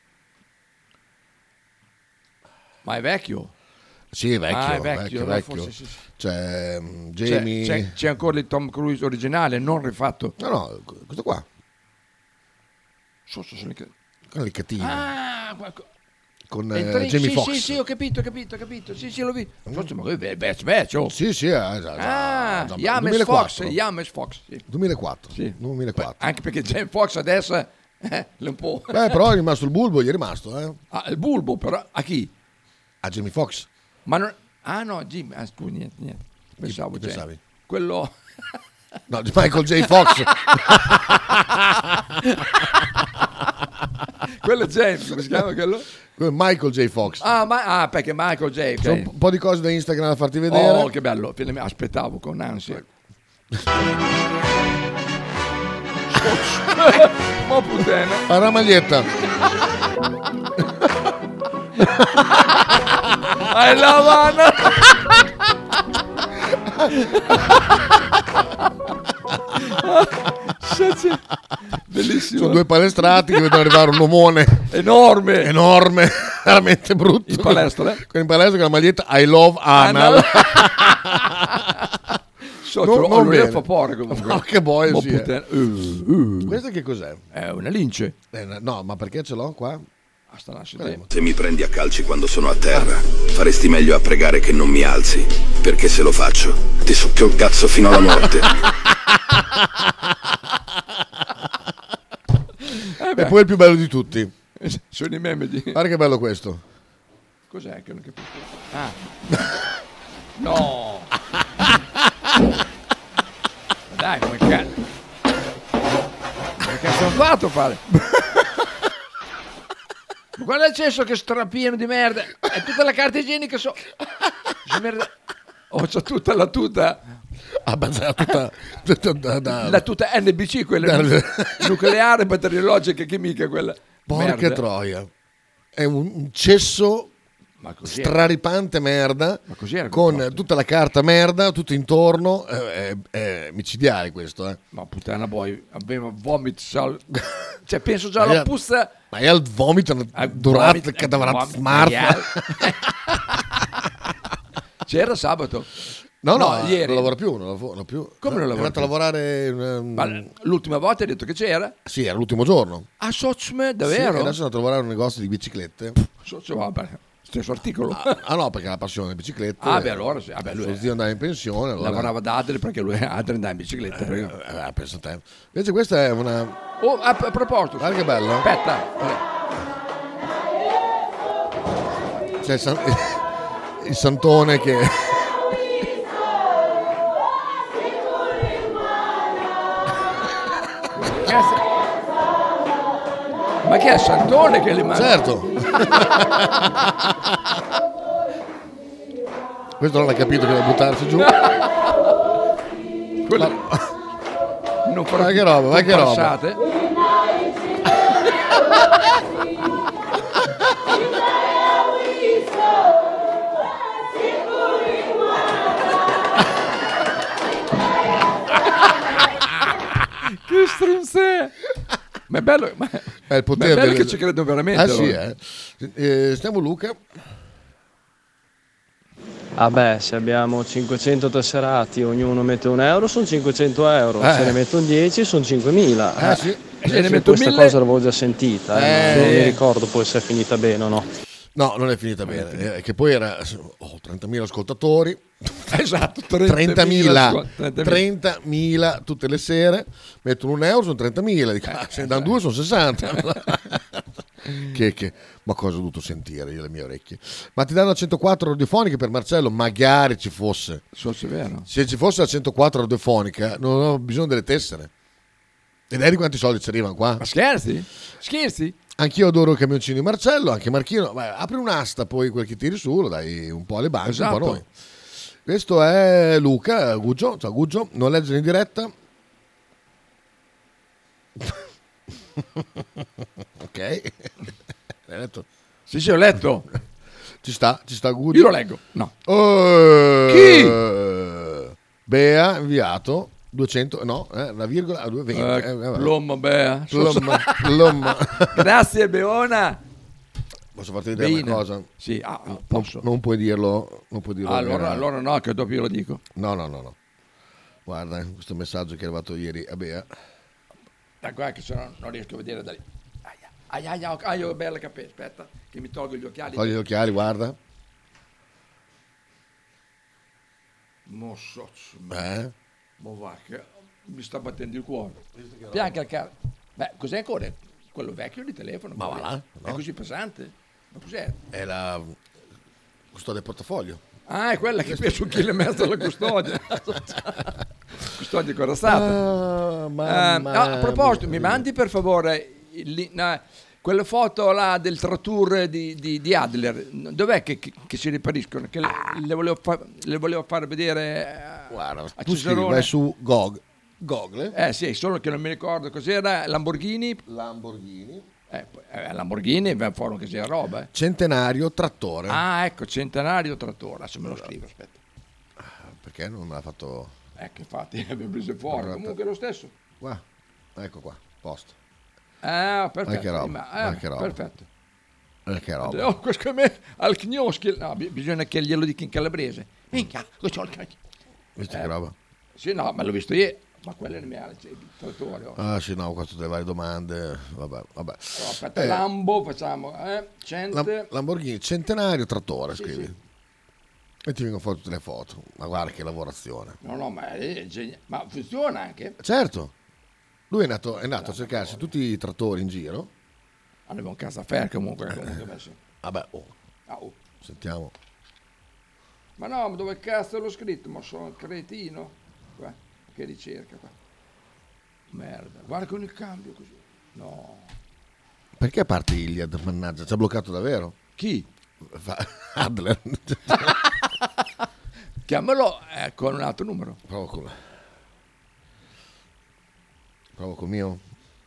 Ma è vecchio? Sì, è vecchio. Vecchio. Forse, sì. C'è Jamie. C'è ancora il Tom Cruise originale, non rifatto. No, questo qua. Sono Con il cattivo. Con Jamie Foxx. Sì, ho capito. Sì, l'ho visto. Vecchio. Sì, James Foxx. Sì. 2004. Sì. 2004. Anche perché Jamie Foxx adesso un po'. Però è rimasto il bulbo, gli è rimasto, il bulbo, però a chi? A Jamie Foxx. Ma non... no, Jim, scusa, niente. Pensavo pensavi? Quello... No, Michael J. Fox. Quello è James, come si chiama quello? Michael J. Fox. Perché Michael J. Okay. Sono un po' di cose da Instagram da farti vedere. Oh, che bello, aspettavo con ansia. Ma puttana. La maglietta. Hai la mano. Bellissimo. Sono due palestrati che vedono arrivare un omone enorme, veramente brutto. In palestra, in palestra con la maglietta I love anal. Non bene. Fa porre comunque. No, che boia sì. Questo che cos'è? È una lince. No, ma perché ce l'ho qua? Hasta nasce te. Se mi prendi a calci quando sono a terra, faresti meglio a pregare che non mi alzi, perché se lo faccio ti succhio il cazzo fino alla morte. E poi il più bello di tutti. Sono i meme di... Guarda che bello questo. Cos'è che non capisco? Ah. No. Dai, come cazzo. Come cazzo ho fatto a fare? Guarda il cesso che strapieno di merda. E tutta la carta igienica Oh, c'ho tutta la tuta. La tuta NBC, quella nucleare, batteriologica, chimica, quella. Porca merda. troia. È un cesso straripante merda, con tutta la carta merda, tutto intorno. È micidiale questo, Ma puttana boy, aveva vomit cioè penso già alla puzza. Ma è al vomito durante il cadavere smart. C'era sabato. No, ieri. non lavora più, non lavora più. Come non lavora più? È andato a lavorare Ma l'ultima volta hai detto che c'era? Sì, era l'ultimo giorno. Ah, Sochme, davvero? Sì, adesso è andato a lavorare in un negozio di biciclette. Vabbè, stesso articolo. No, perché ha la passione delle biciclette. Ah, beh, allora sì. Suo zio andava in pensione. Allora... Lavorava da Adri perché lui Adri andava in bicicletta. Pensa a te. Invece questa è una... Oh, a proposito. Guarda che bello. Aspetta. C'è il santone che... Ma che è Santone che li manda? Certo. Questo non ha capito che deve buttarsi giù. Non farà che roba, vai che roba. Che stronzè. Ma è bello, è il potere bello che ci credo veramente. Sì, stiamo Luca. Beh, se abbiamo 500 tesserati, ognuno mette €1, sono 500 euro. Se ne metto 10 sono 5.000. Sì. Se ne metto questa 1000... cosa l'avevo già sentita, non mi ricordo poi se è finita bene o no. No, non è finita bene. Che poi era 30.000 ascoltatori. Esatto, 30.000 tutte le sere. Mettono €1, sono 30.000. Dico, se ne danno 2 sono 60. Ma cosa ho dovuto sentire io le mie orecchie? Ma ti danno 104 radiofoniche per Marcello? Magari ci fosse. Se ci fosse la 104 radiofonica non ho bisogno delle tessere. E vedi quanti soldi ci arrivano qua? Ma scherzi? Anch'io adoro il camioncino di Marcello, anche Marchino. Vai, apri un'asta, poi quel che tiri su lo dai un po' alle banche, un po' a noi. Questo è Luca Guggio. Ciao Guggio, non leggere in diretta. Ok. L'hai letto? Sì, ho letto. Ci sta Guggio. Io lo leggo. No. Chi? Bea inviato 200, no, una virgola a 220. L'uomo Bea. L'uomo. Grazie Beona. Posso farti vedere una cosa? Sì, posso. Non puoi dirlo. Non puoi dirlo. Allora no, che dopo io lo dico. No. Guarda, questo messaggio che è arrivato ieri a Bea. Guarda che se no non riesco a vedere da lì. Ho bella capelli, aspetta, che mi tolgo gli occhiali. Togli gli occhiali, guarda. Va che mi sta battendo il cuore. Bianca il caro. Beh, cos'è ancora? Quello vecchio di telefono? Ma va là, no? È così pesante? Ma cos'è? È la custodia del portafoglio. Ah, è quella che pesa 1,5 kg alla custodia. Custodia corazzata. A proposito, mi mandi per favore quelle foto là del trattour di Adler. Dov'è che si ripariscono? Che le volevo far vedere. Guarda, a tu Cesarone. vai su Google. Sì, solo che non mi ricordo cos'era. Lamborghini. Lamborghini va fuori che sia roba. Centenario trattore. Ah, ecco, centenario trattore. Adesso me lo scrivo, aspetta. Perché non me l'ha fatto? Ecco, infatti abbiamo preso fuori. Comunque è lo stesso. Qua. Ecco qua, posto. Perfetto. Che roba. Perfetto. Che roba. Questo è me al Knioschi. No, bisogna che glielo dica in calabrese. Minchia, Visto che roba? Sì, no, ma l'ho visto ieri. Ma quelle le mie i trattori. Ah sì, no, questo delle varie domande. Vabbè. Aspetta, Lambo, facciamo. Lamborghini centenario trattore, Sì, scrivi. sì. E ti vengono fuori tutte le foto. Ma guarda che lavorazione. No, ma è geniale. Ma funziona anche? Certo. Lui è andato a cercarsi tutti i trattori in giro. Aveva un cassafer comunque. Vabbè, Ah, oh. sentiamo. Ma no, ma dove cazzo l'ho scritto? Ma sono un cretino. Qua, che ricerca qua. Merda, guarda con il cambio così. No. Perché parte Iliad? Mannaggia, ci ha bloccato davvero? Chi? Adler. Chiamalo con un altro numero. Provo col mio.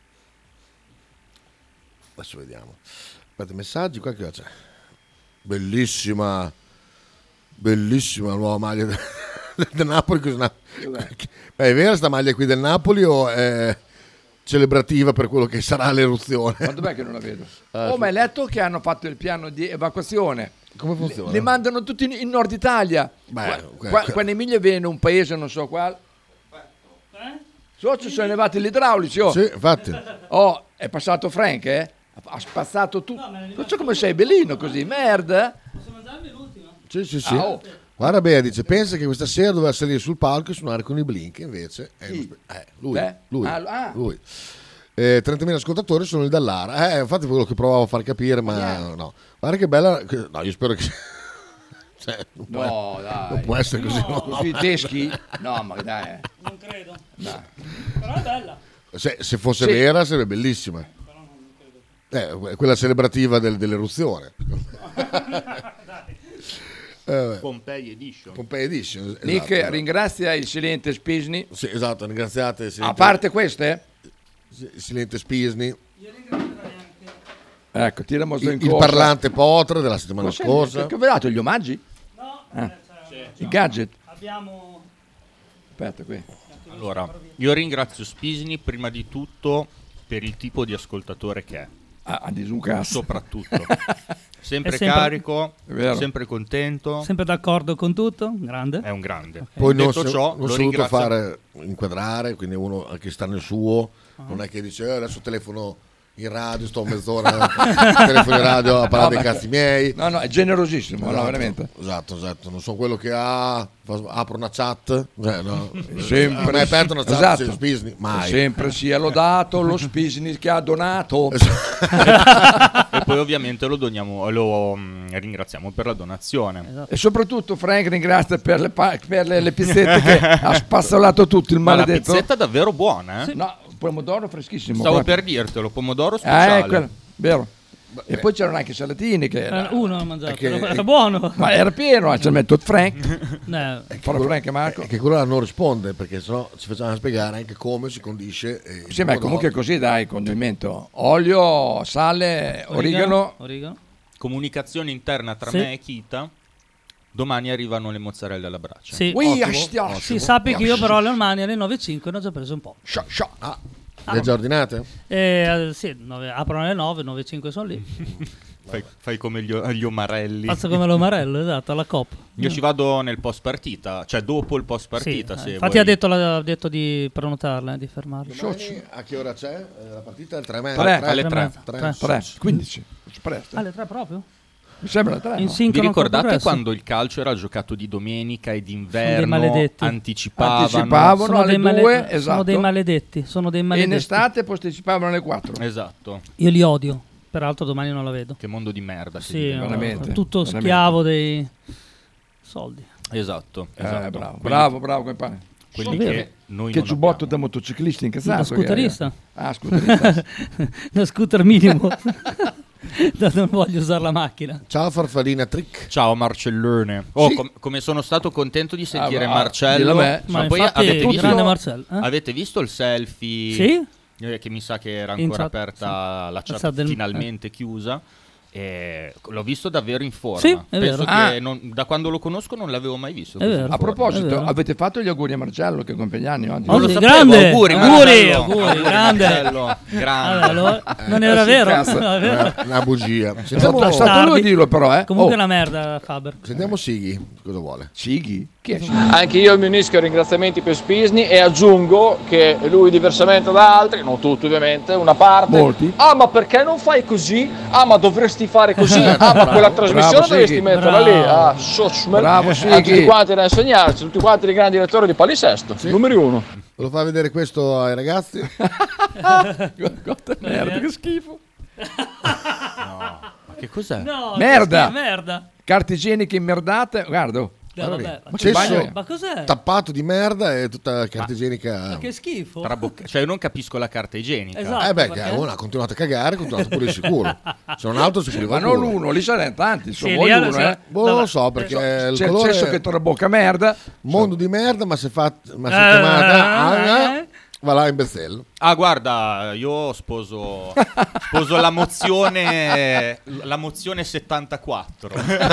Adesso vediamo. Aspetta, messaggi, qua che c'è. Bellissima la nuova maglia del Napoli. È vera sta maglia qui del Napoli o è celebrativa per quello che sarà l'eruzione? Ma dov'è che non la vedo? Ma hai letto che hanno fatto il piano di evacuazione? Come funziona? Li mandano tutti in Nord Italia. Qua in Emilia viene un paese, non so qual. Ci sono elevati gli idraulici. Sì, infatti. È passato Frank, ha spazzato tutto. Non so come sei bellino così, merda. Posso mangiarmi l'ultima? Sì. Guarda Bea, dice, pensa che questa sera doveva salire sul palco e suonare con i Blink, invece è lui. 30.000 ascoltatori sono il Dallara. Infatti quello che provavo a far capire, ma no. Guarda che bella. No, io spero che non può essere così. No. Così teschi? No, ma dai. Non credo. No. Però è bella. Se fosse vera sarebbe bellissima. Quella celebrativa dell'eruzione. Pompei Edition. Esatto. Nick ringrazia il Silente Spisni. Sì, esatto, ringraziate il A parte queste? Il Silente Spisni. Ecco, tiriamo il parlante Potre della settimana scorsa. Che avete dato gli omaggi? No. Il gadget. Abbiamo... Aspetta qui. Allora, io ringrazio Spisni prima di tutto per il tipo di ascoltatore che è. Soprattutto. Sempre sempre carico, sempre contento, sempre d'accordo con tutto, grande. È un grande. Okay. Poi detto ciò, non lo si è voluto ringrazio. inquadrare, quindi uno che sta nel suo, non è che dice adesso telefono in radio, sto mezz'ora telefono in radio a parlare dei cazzi miei. No, è generosissimo, esatto, no, veramente. Esatto, non sono quello che apro una chat, Sempre mai aperto una chat, esatto. Spisni, mai. Sempre sia lodato lo Spisni che ha donato. E poi ovviamente lo ringraziamo per la donazione. Esatto. E soprattutto Frank ringrazia per le pizzette che ha spazzolato tutto il maledetto. Ma la pizzetta è davvero buona, Sì. No, pomodoro freschissimo. Stavo per dirtelo, pomodoro speciale. Vero. E poi c'erano anche i salatini che uno ha mangiato, era buono. Ma era pieno, ci metto Frank. Frank e Marco. Che quello non risponde perché sennò ci facciamo spiegare anche come si condisce. Sì, ma comunque così dai, condimento. Olio, sale, origano. Comunicazione interna tra me e Kita. Domani arrivano le mozzarelle alla brace. Sì, sì, sappi che io però alle mani alle 9.05 ne ho già preso un po'. Le hai già ordinate? Sì, aprono alle 9, 9.05 sono lì. Fai come gli omarelli. Faccio come l'omarello, esatto, alla COP. Io ci vado nel post partita, cioè dopo il post partita. Sì, infatti ha detto di prenotarla, di fermarla. A che ora c'è la partita? Alle 3. 15. Alle 3 proprio? Mi sembra 3. Vi ricordate quando il calcio era giocato di domenica e d'inverno? Anticipavano alle 2, esatto. Sono dei maledetti. E in estate posticipavano alle 4. Esatto. Io li odio. Peraltro domani non la vedo. Che mondo di merda. Sì, veramente. Tutto schiavo dei soldi. Esatto. Bravo compagno. Quelli che noi che non giubbotto da motociclisti incazzato. Uno scooterista. Scooterista. Uno scooter minimo. Non voglio usare la macchina. Ciao Farfallina Trick. Ciao Marcellone. Come sono stato contento di sentire Marcello. Ma poi avete visto il selfie? Sì. Che mi sa che era ancora aperta la chat finalmente chiusa. E l'ho visto davvero in forma. Sì, penso che da quando lo conosco non l'avevo mai visto. A proposito, avete fatto gli auguri a Marcello che compie gli anni oggi? Non lo sapevo. Grande. Auguri, grande. Allora, non era vero. Una bugia. È stato lui a dirlo però. Comunque è una merda Faber. Sentiamo Sighi, cosa vuole? Sighi? Anche io mi unisco ai ringraziamenti per Spisni e aggiungo che lui, diversamente da altri, non tutti ovviamente, una parte, molti, ma perché non fai così? Ma dovresti fare così, ma quella trasmissione dovresti metterla lì, bravo, a tutti quanti da insegnarci, tutti quanti i grandi direttori di palinsesto, numero 1. Lo fa vedere questo ai ragazzi? Merda, che schifo. Ma che cos'è? No, merda. Merda. Carte igieniche immerdate, guarda. Vabbè, ma cos'è? Tappato di merda e tutta la carta igienica. Ma che schifo. Cioè, io non capisco la carta igienica. Esatto, che uno ha continuato a cagare, ha continuato a pulire sicuro. Se non altro si puliva ma non uno, lì saranno tanti. Sì, non lo so, perché il c'è colore il cesso che torna bocca merda. Mondo di merda, ma si è chiamata va là in Bezzello. Guarda, io sposo la mozione 74.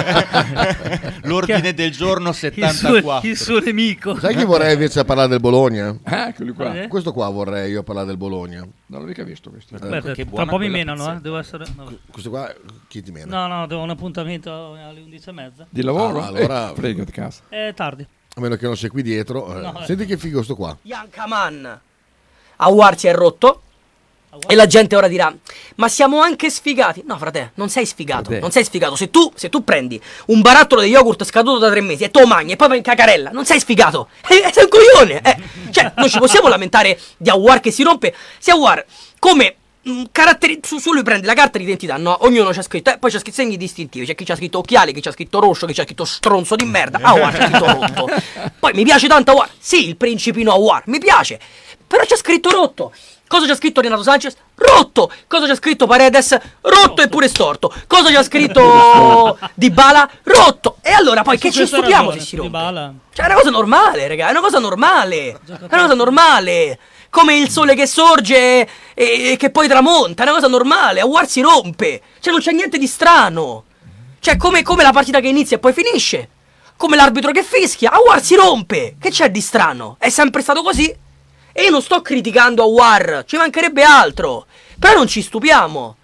L'ordine del giorno 74. Il suo nemico. Sai chi vorrei invece parlare del Bologna? Quelli qua. Questo qua vorrei io parlare del Bologna. Non l'ho mica visto questo. Aspetta, tra un po' mi menano, devo essere... Questo qua, chi ti mena? No, devo un appuntamento alle 11:30. Di lavoro? Allora frega di casa. È tardi. A meno che non sei qui dietro. Senti che figo sto qua. Yankaman. Awar si è rotto. E la gente ora dirà: ma siamo anche sfigati. No, frate, non sei sfigato. Non sei sfigato. Se tu prendi un barattolo di yogurt scaduto da 3 mesi e te lo mangi e poi vai in cacarella, non sei sfigato. Sei un coglione. Cioè, non ci possiamo lamentare di Awar che si rompe. Se Awar, come su lui prende la carta d'identità, no? Ognuno c'ha scritto, poi c'ha scritto segni distintivi. C'è chi c'ha scritto occhiali, chi c'ha scritto rosso, chi c'ha scritto stronzo di merda. Awar c'ha scritto rotto. Poi mi piace tanto Awar. Sì, il principino Awar, mi piace. Però c'è scritto rotto. Cosa c'è scritto Renato Sanchez? Rotto. Cosa c'è scritto Paredes? Rotto e pure storto. Cosa c'è scritto Dybala? Rotto. E allora poi che ci stupiamo se si rompe? Cioè è una cosa normale, raga, è una cosa normale. È una cosa normale. Come il sole che sorge e che poi tramonta, è una cosa normale. Awar si rompe. Cioè non c'è niente di strano. Cioè come la partita che inizia e poi finisce. Come l'arbitro che fischia. Awar si rompe. Che c'è di strano? È sempre stato così. E io non sto criticando Awar, ci mancherebbe altro. Però non ci stupiamo.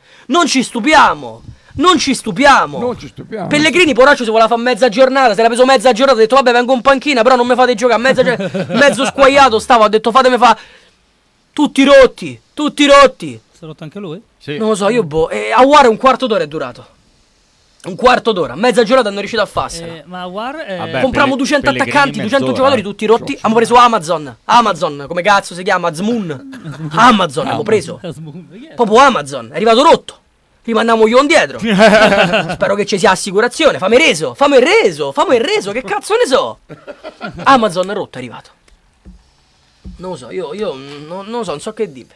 Pellegrini, poraccio, si voleva fare mezza giornata. Se l'ha preso mezza giornata, ha detto vabbè vengo in panchina, però non mi fate giocare. Mezzo squagliato stavo, ha detto fatemi fa. Tutti rotti. Si è rotto anche lui? Sì. Non lo so, io Awar un quarto d'ora è durato. Un quarto d'ora, mezza giornata hanno riuscito a farsela. Ma Awar compriamo 200 attaccanti, 200 giocatori tutti rotti. Abbiamo preso Amazon, come cazzo si chiama? Azmoun. Amazon abbiamo preso. Proprio Amazon, è arrivato rotto. Rimandiamo io dietro. Spero che ci sia assicurazione. Fammi il reso, che cazzo ne so. Amazon è rotto, è arrivato. Non lo so, io non so che dire.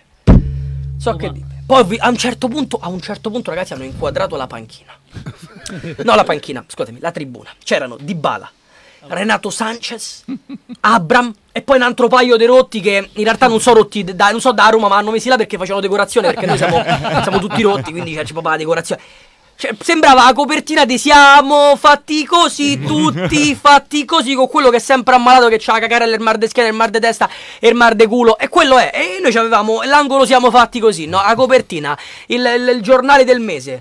Poi a un certo punto ragazzi hanno inquadrato la panchina. No, la panchina, scusatemi, la tribuna. C'erano Dybala, Renato Sanchez, Abram e poi un altro paio di rotti che in realtà non so rotti da Roma, ma hanno messi là perché facevano decorazione, perché noi siamo tutti rotti, quindi c'è proprio la decorazione. Cioè, sembrava la copertina di siamo fatti così, tutti fatti così, con quello che è sempre ammalato, che c'ha la cacarella, il mar de schiena, il mar de testa e il mar de culo. E quello è. E noi avevamo l'angolo siamo fatti così, no? La copertina, il giornale del mese.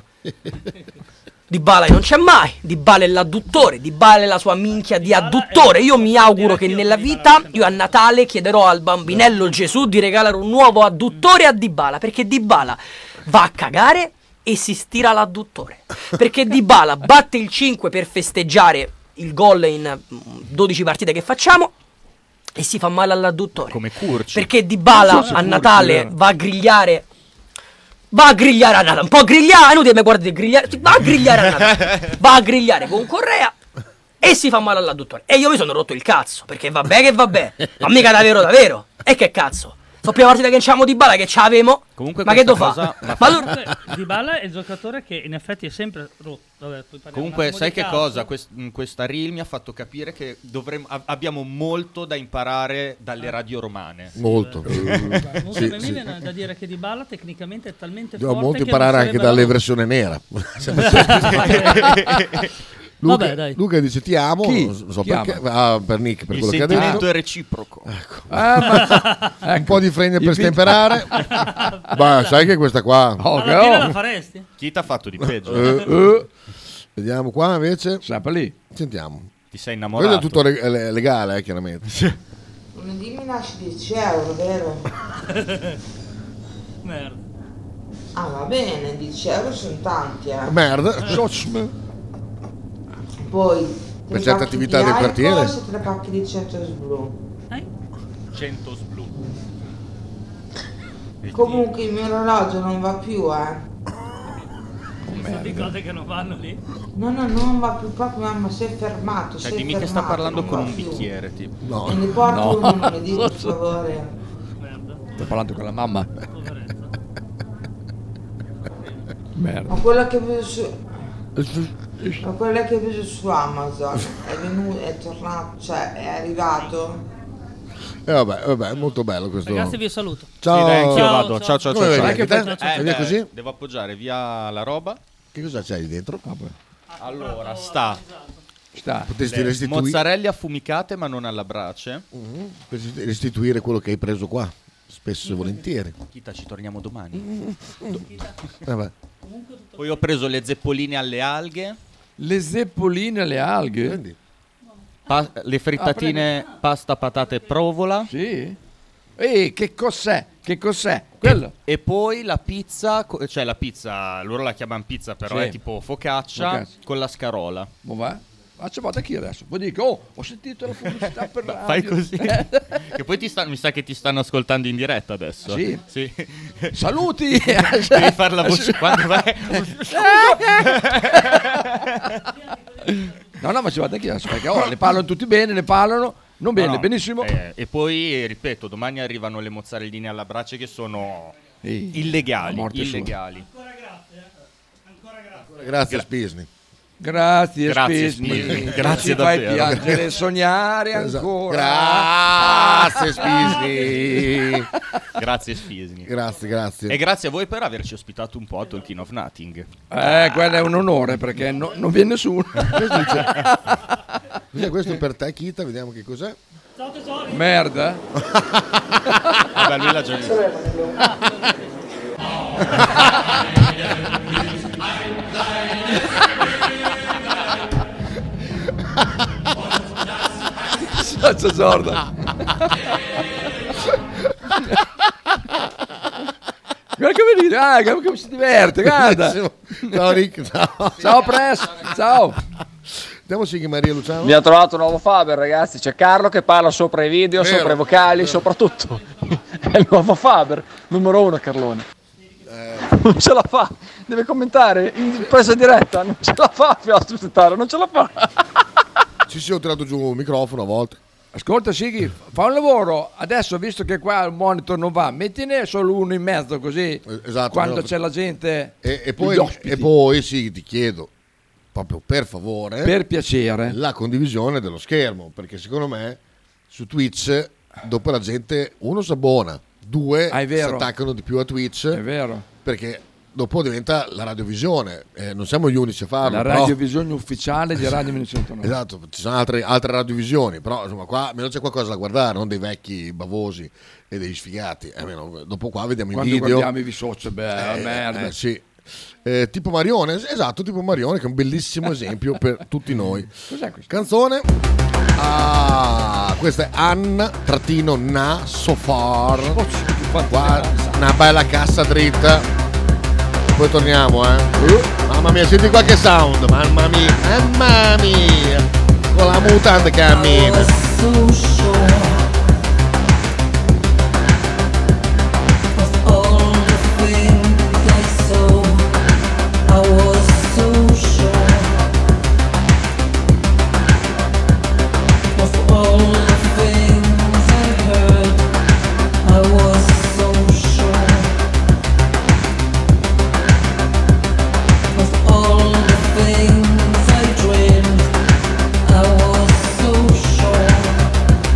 Dybala non c'è mai. Dybala è l'adduttore. Dybala è la sua minchia di adduttore. Io mi auguro che nella vita, io a Natale chiederò al bambinello Gesù di regalare un nuovo adduttore a Dybala, perché Dybala va a cagare e si stira l'adduttore, perché Dybala batte il 5 per festeggiare il gol in 12 partite che facciamo e si fa male all'adduttore, come Curci, perché Dybala a Natale va a grigliare a Natale, un po' grigliare, inutile mi guardi grigliare, va a grigliare a Natale, va a grigliare con Correa e si fa male all'adduttore. E io mi sono rotto il cazzo, perché vabbè, ma mica davvero, e che cazzo. La prima partita che c'avevamo Dybala, che c'avevamo. Ma che devo fare? Dybala è il giocatore che in effetti è sempre rotto. Vabbè, comunque sai che cosa? Questa reel mi ha fatto capire che abbiamo molto da imparare dalle radio romane. Molto. Mi viene da dire che Dybala tecnicamente è talmente forte. Dobbiamo molto imparare anche dalle versioni nera. Luca dice ti amo. Non so perché. Per Nick, per quello che ha detto. Il sentimento è reciproco. Ecco. Un po' di fregne per stemperare. Ma sai che questa qua la faresti? Chi ti ha fatto di peggio? Vediamo qua invece. Sempre lì. Sentiamo. Ti sei innamorato. Quello è tutto legale, chiaramente. Lunedì mi lasci 10 euro, vero? Merda. Ah, va bene, 10 euro sono tanti, Merda. Poi Per certe attività del quartiere. Se te le pacchi di 100 blu. 100 blu. Comunque il mio orologio non va più, Ci sono di cose che non vanno lì. No, non va più proprio, mamma, si è fermato. Cioè, si è dimmi che sta fermato, parlando non con va un più. bicchiere, tipo. No. Me ne porto uno, me ne dico, per favore. Sto parlando con la mamma. Merda. Ma quella che vedo su Amazon è venuto, è tornato, cioè è arrivato. Vabbè, è molto bello questo. Ragazzi, vi saluto. Ciao. Sì, dai, anch'io Ciao, vado. ciao. Ciao. Come vedi? Anche Anche te? te? Via così? Devo appoggiare via la roba. Che cosa c'hai lì dentro? Allora, sta. Potresti le restituire. mozzarelle affumicate ma non alla brace. Potresti restituire quello che hai preso qua. Spesso e volentieri. Chita, ci torniamo domani. Vabbè. Poi ho preso le zeppoline alle alghe. Le zeppoline alle alghe? Le frittatine pasta, patate e provola. Sì. Che cos'è? Che cos'è? Quello. E poi la pizza, cioè la pizza, loro la chiamano pizza, però Sì. è tipo focaccia con la scarola. Ma va? Faccio vado chi adesso? Poi dico, ho sentito la pubblicità per radio. Fai così. Che poi mi sa che ti stanno ascoltando in diretta adesso. Sì? Sì. Saluti! Devi fare la voce quando vai. No, ma ci vado anche adesso, perché le parlano tutti bene, ne parlano, non bene, No, benissimo. E poi, ripeto, domani arrivano le mozzarelline alla brace che sono illegali. la morte Illegali. Grazie, Spisni. Grazie Grazie, Spisni. Spisni. Grazie Ci fai davvero. piangere e sognare Esatto. ancora. Grazie, Spisni. Grazie Spisni. Grazie. E grazie a voi per averci ospitato un po' a Talking of Nothing. Quello è un onore perché non viene nessuno. Cos'è questo per te, Kita? Vediamo che cos'è. Ciao tesori. Merda. Vabbè, lui l'ha già visto. Ciao Jordan. Guarda come ride, come si diverte, guarda. Ciao Rick, ciao. Ciao Press, ciao. Andiamo Sighi Maria Luciano. Abbiamo trovato un nuovo Faber, ragazzi. C'è Carlo che parla sopra i video, Vero, sopra i vocali, vero. sopra tutto. È il nuovo Faber, numero 1 Carlone. Non ce la fa, deve commentare in presa diretta, non ce la fa, non ce la fa. Sì, ho tirato giù un microfono a volte. Ascolta Sighi, fa un lavoro, adesso visto che qua il monitor non va, mettine solo uno in mezzo così, Esatto, quando no, c'è la gente, E gli poi ospiti. sì, ti chiedo, proprio per favore, Per piacere. la condivisione dello schermo, perché secondo me su Twitch dopo la gente, uno si abbona, due Ah, è si vero. attaccano di più a Twitch, È vero. perché dopo diventa la radiovisione, non siamo gli unici a farlo. La però- radiovisione ufficiale di Radio 1909. Esatto, ci sono altre radiovisioni, però insomma qua almeno c'è qualcosa da guardare, non dei vecchi bavosi e dei sfigati. Almeno, dopo qua vediamo Quando i video. guardiamo i social, merda. Sì. Tipo Marione, esatto, tipo Marione, che è un bellissimo esempio per tutti noi. Cos'è questo? Canzone. Questa è Anna-Na So Far. Qua, una bella cassa dritta. Poi torniamo, Mamma mia, senti qualche sound. Mamma mia. Con la mutanda che cammina. I was so sure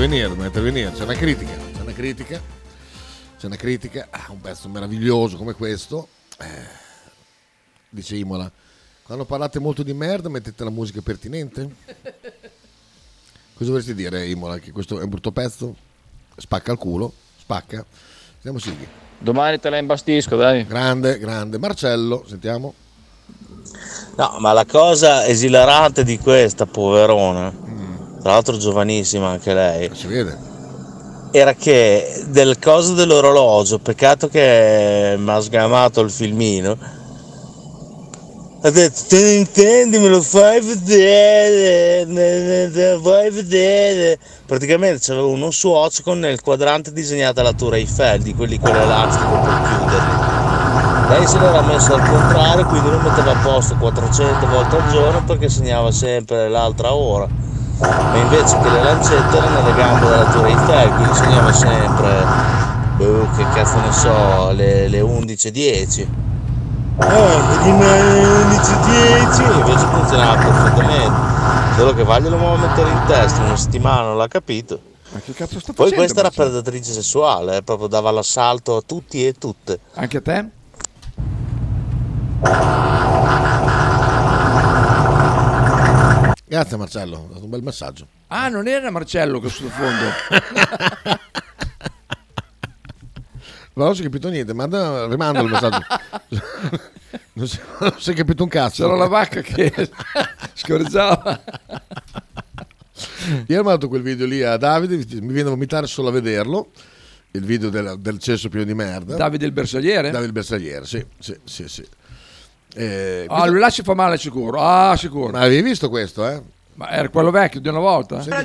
intervenire. C'è una critica. Un pezzo meraviglioso come questo. Dice Imola, quando parlate molto di merda mettete la musica pertinente? Cosa vorresti dire, Imola? Che questo è un brutto pezzo? Spacca il culo? Spacca? Sentiamo Sighi. Domani te la imbastisco, dai. Grande. Marcello, sentiamo. No, ma la cosa esilarante di questa poverona, tra l'altro giovanissima anche lei, si vede, era che del coso dell'orologio, peccato che mi ha sgamato il filmino, ha detto te intendi, me lo fai vedere, praticamente c'aveva uno swatch con nel quadrante disegnata la Tour Eiffel, di quelli con l'elastico per chiuderli. Lei se l'era messo al contrario, quindi lo metteva a posto 400 volte al giorno perché segnava sempre l'altra ora, ma invece che le lancette erano nelle gambe della Tour Eiffel, quindi segnava sempre, che cazzo ne so, le 11:10. 11:10, invece funzionava perfettamente, solo che Vaglio lo vuole mettere in testa, una settimana non l'ha capito. Ma che cazzo sta Poi facendo? questa era predatrice sessuale, proprio dava l'assalto a tutti e tutte. Anche a te? Grazie Marcello, è stato un bel messaggio. Ah, non era Marcello che sottofondo. Non si è capito niente, rimanda il messaggio. Non si è capito un cazzo. C'era la vacca che scorreggiava. Ieri ho mandato quel video lì a Davide, mi viene a vomitare solo a vederlo. Il video del cesso pieno di merda. Davide il bersagliere? Davide il bersagliere, sì. Lui là ci fa male sicuro. Ah, sicuro. Ma avevi visto questo, eh? Ma era quello vecchio di una volta? Vai.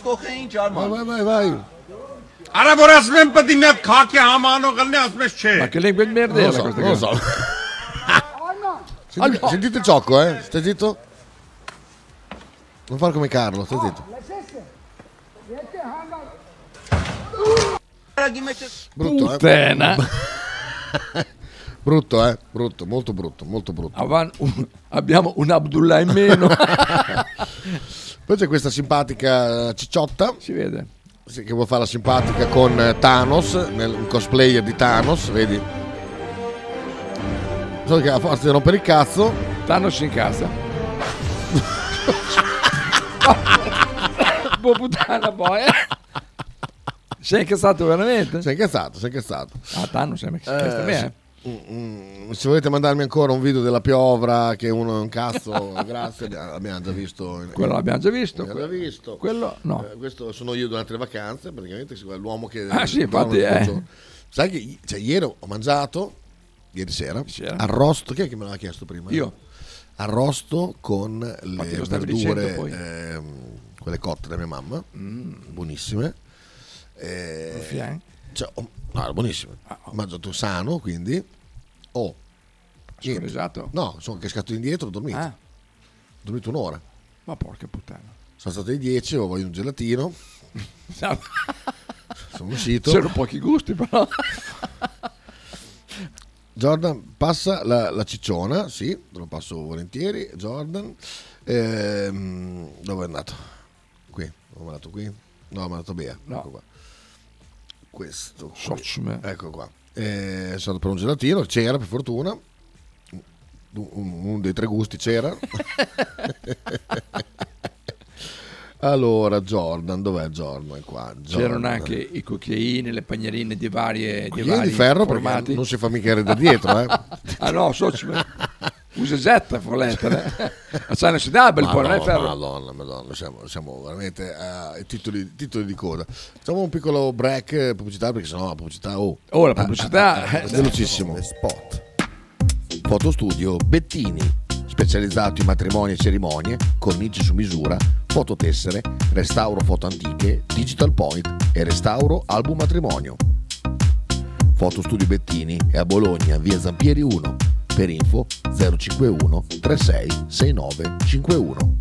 Ma che lingua di merda era questa? Non lo so. Sentite il ciocco, stai zitto? Non fare come Carlo, stai zitto. Brutto, Puttana. Brutto, molto brutto. Abbiamo un Abdullah in meno. Poi c'è questa simpatica cicciotta. Si vede. Che vuole fare la simpatica con Thanos, un cosplayer di Thanos, vedi? So che a forza di rompere il cazzo, Thanos si incazza. Buon puttana poi. Sei incazzato veramente? Sei incazzato. Ah, Thanos sei incazzato bene. Se volete mandarmi ancora un video della piovra che uno è un cazzo, grazie, abbiamo già visto. Quello l'abbiamo già visto. Quello no. Questo sono io durante le vacanze, praticamente l'uomo che... sì, infatti Sai che ieri ho mangiato, ieri sera, arrosto, chi è che me l'aveva chiesto prima? Io. Arrosto con le verdure, quelle cotte da mia mamma, buonissime. Buonissimo. Ho mangiato sano, quindi scorreggiato? No, sono cascato indietro, ho dormito. Ho dormito un'ora. Ma porca puttana. Sono state le 10, ho voglio un gelatino. Sono uscito. C'erano pochi gusti però. Jordan, passa la cicciona, sì, te lo passo volentieri. Jordan, dove è andato? Qui, ho mandato qui? No, ho mandato Bea, no. Ecco qua. Questo ecco qua, sono stato per un gelatino, c'era per fortuna uno dei tre gusti c'era. Allora Jordan, dov'è Jordan? È qua. C'erano anche i cucchiaini, le pagnarine di vari di ferro formati. Perché non si fa mica da dietro ah no, usa getta volete c'è una sidabel poi non è ferro. Madonna, siamo veramente ai titoli di coda. Facciamo un piccolo break pubblicità, perché sennò la pubblicità la pubblicità è velocissimo. Spot Fotostudio Bettini, specializzato in matrimoni e cerimonie, cornici su misura, fototessere, restauro foto antiche, digital point e restauro album matrimonio. Fotostudio Bettini è a Bologna, via Zampieri 1. Per info 051 36 69 51.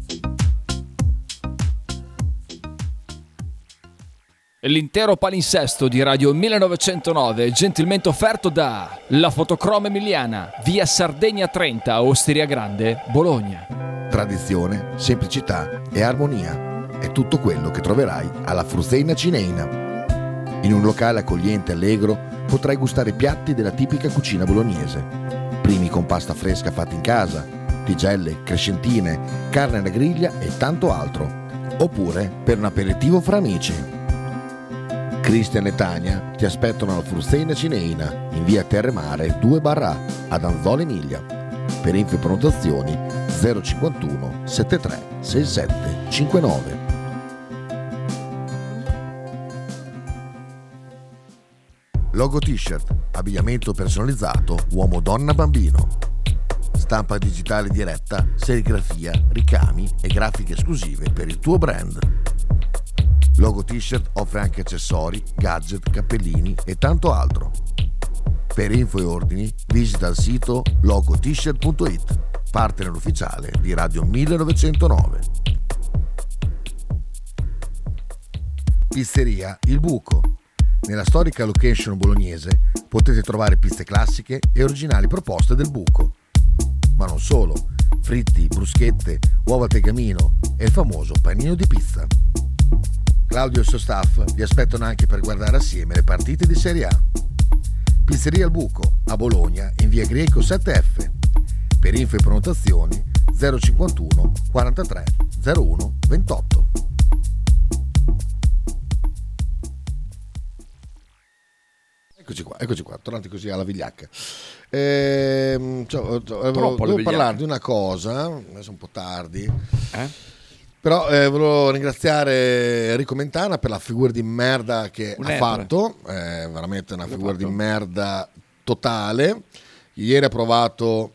L'intero palinsesto di Radio 1909 è gentilmente offerto da La Fotocroma Emiliana, via Sardegna 30, Osteria Grande, Bologna. Tradizione, semplicità e armonia. è tutto quello che troverai alla Fruzeina Cineina. In un locale accogliente e allegro potrai gustare piatti della tipica cucina bolognese. Primi con pasta fresca fatta in casa, tigelle, crescentine, carne alla griglia e tanto altro. Oppure per un aperitivo fra amici. Cristian e Tania ti aspettano alla Fruzeina Cineina in via Terremare 2/A ad Anzola Emilia. Per info e prenotazioni 051 73 67 59. Logo T-shirt, abbigliamento personalizzato uomo, donna, bambino. Stampa digitale diretta, serigrafia, ricami e grafiche esclusive per il tuo brand. Logo T-shirt offre anche accessori, gadget, cappellini e tanto altro. Per info e ordini visita il sito logotshirt.it, partner ufficiale di Radio 1909. Pizzeria Il Buco. Nella storica location bolognese potete trovare pizze classiche e originali proposte del buco. Ma non solo, fritti, bruschette, uova al tegamino e il famoso panino di pizza. Claudio e il suo staff vi aspettano anche per guardare assieme le partite di Serie A. Pizzeria Il Buco, a Bologna, in via Greco 7F. Per info e prenotazioni 051 43 01 28. Eccoci qua, tornati così alla vigliacca. Volevo parlare di una cosa, adesso è un po' tardi, però volevo ringraziare Enrico Mentana per la figura di merda che ha fatto, veramente una figura di merda totale. Ieri ha provato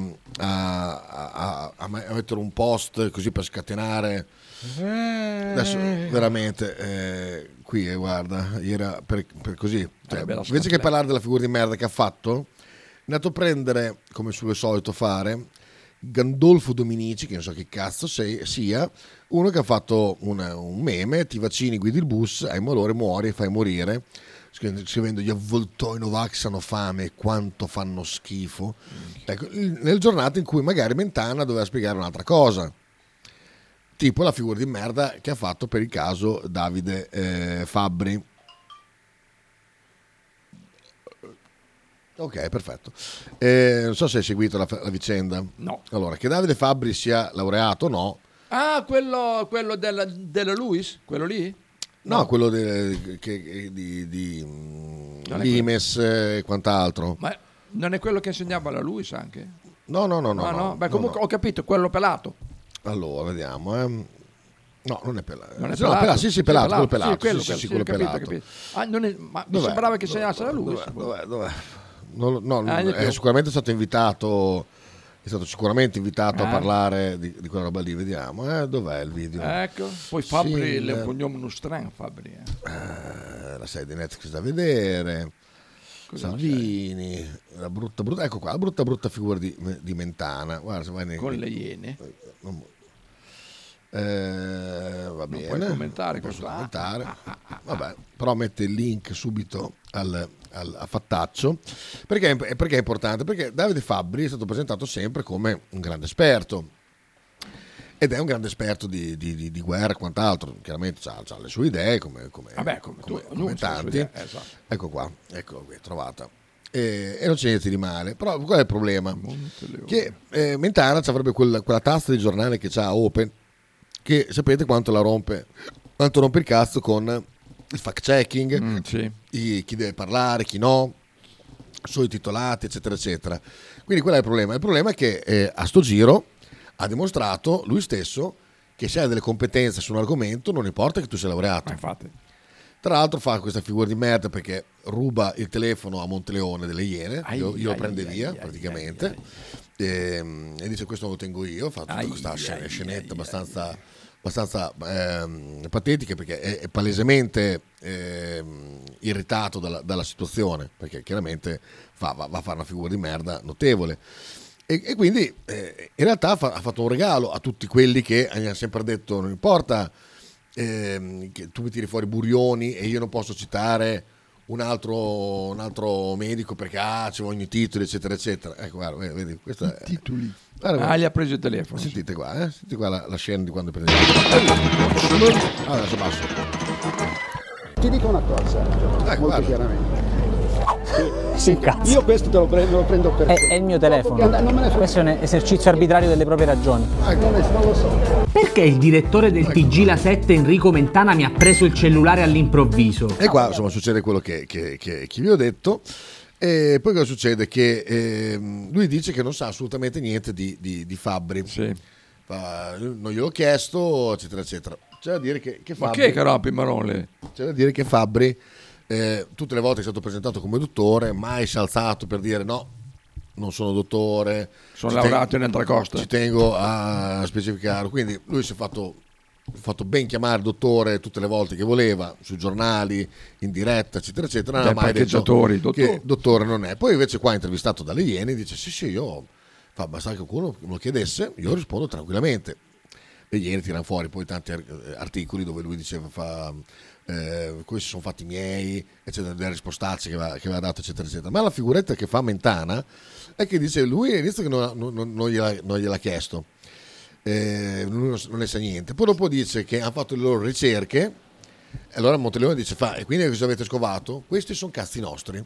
a mettere un post così per scatenare. Adesso veramente qui guarda, era per così, cioè, invece che parlare della figura di merda che ha fatto, è andato a prendere, come suo solito fare, Gandolfo Dominici, che non so che cazzo sia, uno che ha fatto un meme: ti vaccini, guidi il bus, hai malore, muori e fai morire, scrivendo gli avvoltoi Novax hanno fame, quanto fanno schifo. Ecco, nel giornata in cui magari Mentana doveva spiegare un'altra cosa, tipo la figura di merda che ha fatto per il caso Davide Fabbri. Ok, perfetto. Non so se hai seguito la vicenda. No. Allora, che Davide Fabbri sia laureato, no. Ah, quello della Luis? Quello lì? No, quello di Limes e quant'altro. Ma non è quello che insegnava la Luis anche? No. Beh, comunque ho capito, quello pelato. Allora, vediamo. No, non è pelato. Non è pelato? Sì, pelato, quello pelato. Quello pelato. Ah, ma mi sembrava che segnasse la Luis. Dov'è? È sicuramente stato invitato. È stato sicuramente invitato a parlare di quella roba lì. Vediamo, dov'è il video? Ecco, poi Fabbri è un cognome non strano, Fabbri. La serie di Netflix da vedere. Salvini, la brutta, ecco qua, la brutta figura di Mentana. Guarda, se vai con le iene. Va bene. Non puoi commentare questo. Vabbè, però mette il link subito al fattaccio. Perché è importante? Perché Davide Fabbri è stato presentato sempre come un grande esperto. Ed è un grande esperto di guerra e quant'altro. Chiaramente ha le sue idee, come tanti. Esatto. Ecco qua, ecco qui, trovata. E non c'è niente di male. Però qual è il problema? Che Mentana avrebbe quella tasta di giornale che c'ha Open, che sapete quanto rompe il cazzo con il fact checking, chi deve parlare, chi no, sui titolati, eccetera, eccetera. Quindi qual è il problema? Il problema è che a sto giro ha dimostrato lui stesso che se hai delle competenze su un argomento non importa che tu sia laureato. Infatti. Tra l'altro fa questa figura di merda perché ruba il telefono a Monteleone delle Iene, io prende via praticamente, e dice questo lo tengo io, fa tutta questa scenetta abbastanza patetica, perché è palesemente irritato dalla situazione, perché chiaramente va a fare una figura di merda notevole. E quindi in realtà ha fatto un regalo a tutti quelli che hanno sempre detto non importa che tu mi tiri fuori Burioni e io non posso citare un altro medico perché ci vogliono i titoli, eccetera, eccetera. Ecco, guarda, vedi, questo è... Titoli. Guarda, gli ha preso il telefono. Sentite qua, sentite qua la scena di quando prende. Adesso basso. Ti dico una cosa, molto guarda. chiaramente. Sì, cazzo. Io questo lo prendo per È il mio telefono. Questo è un esercizio arbitrario delle proprie ragioni. Non lo so. Perché il direttore del TG La 7, Enrico Mentana, mi ha preso il cellulare all'improvviso? E qua insomma succede quello che vi ho detto. E poi cosa succede? Che lui dice che non sa assolutamente niente di Fabbri. Sì. Non gliel'ho chiesto, eccetera, eccetera. C'è da dire che Ma Fabbri, che è Caropi Marone? c'è da dire che Fabbri tutte le volte è stato presentato come dottore, mai si è alzato per dire no, non sono dottore, Sono laureato in altra costa. ci tengo a specificarlo. Quindi lui si è fatto ben chiamare dottore tutte le volte che voleva, sui giornali, in diretta, eccetera, eccetera. Non ha mai detto che dottore non è. Poi invece qua intervistato dalle Iene dice sì, io basta che qualcuno me lo chiedesse, io rispondo tranquillamente. Le Iene tirano fuori poi tanti articoli dove lui diceva questi sono fatti miei, eccetera, delle rispostacce che aveva dato, eccetera, eccetera. Ma la figuretta che fa Mentana è che dice lui all'inizio che non gliel'ha chiesto, lui non ne sa niente. Poi dopo dice che hanno fatto le loro ricerche, e allora Monteleone dice e quindi cosa avete scovato? Questi sono cazzi nostri.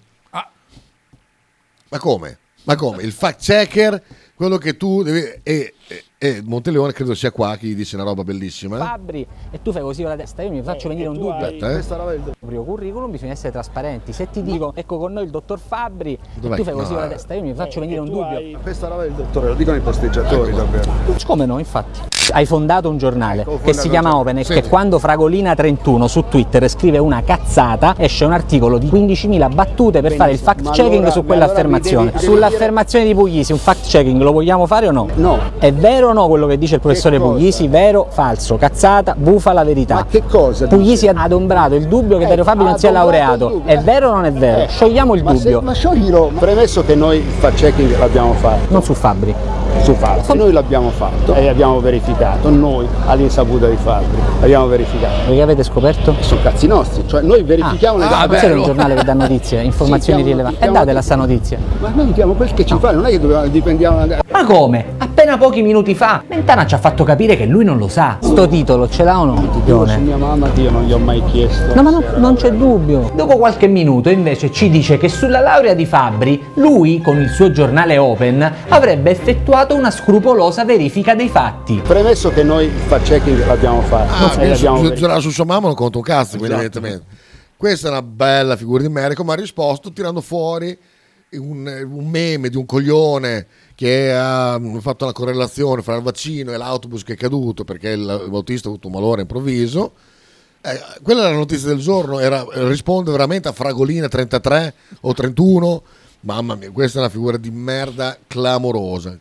Ma come? Il fact checker, quello che tu devi... E Monteleone credo sia qua che gli dice una roba bellissima. Fabbri, e tu fai così con la testa, io mi faccio venire un dubbio. Aspetta, Proprio curriculum, bisogna essere trasparenti. Se ti dico ecco con noi il dottor Fabbri, Dov'è? e tu fai così con la testa, io mi faccio venire un dubbio. Questa roba del dottore, lo dicono i posteggiatori davvero. Come no, infatti. Hai fondato un giornale che si chiama Open e che quando Fragolina31 su Twitter scrive una cazzata esce un articolo di 15.000 battute per fare il fact checking su quell'affermazione. Sull'affermazione di Puglisi un fact checking lo vogliamo fare o no? No. È vero o no quello che dice il professore Puglisi? Vero, falso, cazzata, bufala, verità. Ma che cosa? Puglisi ha adombrato il dubbio che Dario Fabbri non sia laureato. È vero o non è vero? Sciogliamo il dubbio. Ma scioglilo, premesso che noi il fact checking l'abbiamo fatto. Non su Fabbri. Su Fabbri. Noi l'abbiamo fatto e abbiamo verificato, noi all'insaputa di Fabbri abbiamo verificato. Perché avete scoperto? Sono cazzi nostri, cioè noi verifichiamo le Ma c'è un giornale che dà notizie, informazioni rilevanti. E datela sta notizia. Ma noi diamo quel che ci fa, non è che dipendiamo da... Ma come? Appena pochi minuti fa Mentana ci ha fatto capire che lui non lo sa. Sto titolo ce l'ha o no? Io su mia mamma io non gli ho mai chiesto. No, ma non c'è dubbio. Dopo qualche minuto invece ci dice che sulla laurea di Fabbri lui con il suo giornale Open avrebbe effettuato una scrupolosa verifica dei fatti. Premesso che noi il fact checking l'abbiamo fatto. Su sua mamma non conta un cazzo, quindi evidentemente. Questa è una bella figura di merito, ma ha risposto tirando fuori un meme di un coglione che ha fatto una correlazione fra il vaccino e l'autobus che è caduto perché l'autista ha avuto un malore improvviso. Quella è la notizia del giorno, risponde veramente a Fragolina 33 o 31. Mamma mia, questa è una figura di merda clamorosa.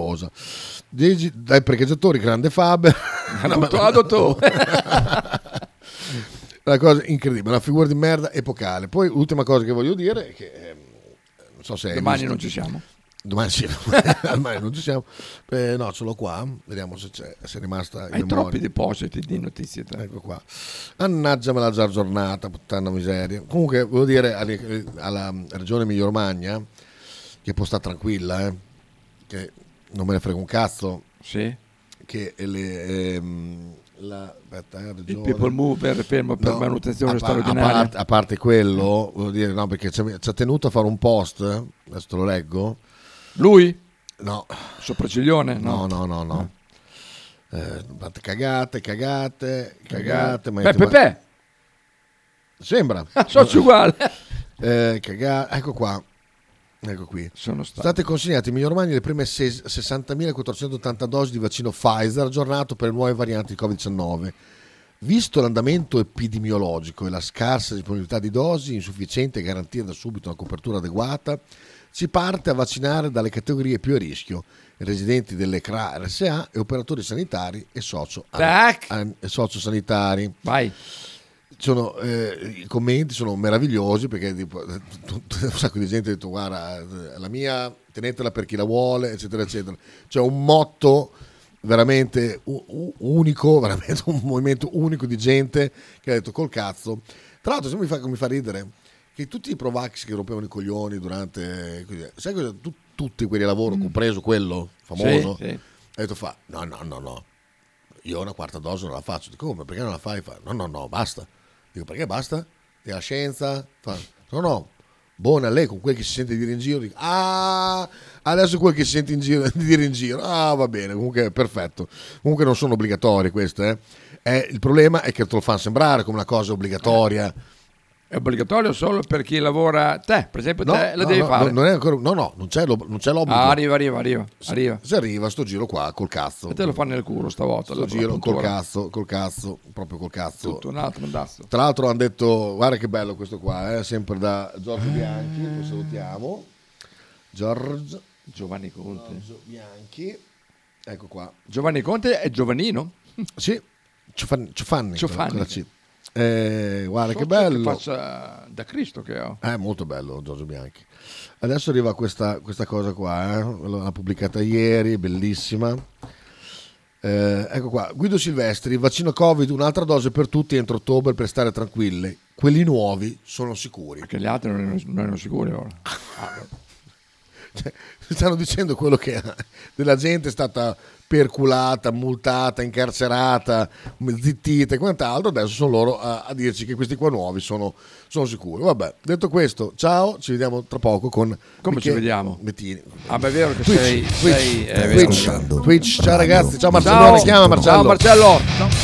Dai parcheggiatori grande Faber. Una cosa incredibile, una figura di merda epocale. Poi l'ultima cosa che voglio dire è che non so se domani non ci siamo. Domani sì, domani non ci siamo. No, ce l'ho qua. Vediamo se è rimasta in Hai memoria. troppi depositi di notizie. Ecco qua. Annaggiamela già giornata, puttana miseria. Comunque, volevo dire alla regione Emilia-Romagna che può stare tranquilla, che non me ne frega un cazzo. Sì. Che il people mover per manutenzione straordinaria. A parte quello, volevo dire no, perché ci ha tenuto a fare un post, adesso te lo leggo. Lui? No. Sopracciglione? No. Cagate. Ma Pepe. Sembra. Socio uguale. Ecco qua. Ecco qui. Sono state consegnate in Emilia-Romagna le prime 60.480 dosi di vaccino Pfizer aggiornato per le nuove varianti di Covid-19. Visto l'andamento epidemiologico e la scarsa disponibilità di dosi insufficiente a garantire da subito una copertura adeguata, si parte a vaccinare dalle categorie più a rischio, residenti delle CRA RSA e operatori sanitari e sociosanitari. Vai. I commenti sono meravigliosi perché un sacco di gente ha detto guarda la mia tenetela per chi la vuole eccetera eccetera. C'è un motto veramente unico, veramente un movimento unico di gente che ha detto col cazzo. Tra l'altro mi fa ridere che tutti i Provax che rompevano i coglioni durante, sai cosa, tutti quelli a lavoro, compreso quello famoso, Sì. ha detto no, io una quarta dose non la faccio. Dico, come, perché non la fai? Fa, no, basta. Dico, perché basta? E la scienza? Fa, no, buona lei con quel che si sente dire in giro. Dico, adesso quel che si sente dire in giro. Va bene, comunque perfetto. Comunque non sono obbligatori queste. Il problema è che te lo fanno sembrare come una cosa obbligatoria. È obbligatorio solo per chi lavora, te, per esempio, te la devi fare. Non è ancora, non c'è l'obbligo. Arriva. Se arriva sto giro qua col cazzo. E te lo fa nel culo stavolta. Sto giro col cazzo, proprio col cazzo. Tutto un altro andazzo. Tra l'altro hanno detto, guarda che bello questo qua, sempre da Giorgio Bianchi, lo salutiamo. Giovanni Conte. Giorgio Bianchi, ecco qua. Giovanni Conte è giovanino? Sì, Cioffanni. Guarda che Che bello. faccia da Cristo che ho. È molto bello Giorgio Bianchi. Adesso arriva questa cosa qua, l'ha pubblicata ieri, bellissima. Ecco qua, Guido Silvestri, vaccino Covid, un'altra dose per tutti entro ottobre per stare tranquilli. Quelli nuovi sono sicuri. Perché gli altri non erano sicuri ora. Cioè, stanno dicendo quello che della gente è stata perculata, multata, incarcerata, zittita e quant'altro. Adesso sono loro a dirci che questi qua nuovi sono sicuri. Vabbè, detto questo, ciao, ci vediamo tra poco con Come ci vediamo? Bettini. Beh, è vero che Twitch. Ciao ragazzi, ciao Marcello, chiama Marcello. Ciao Marcello.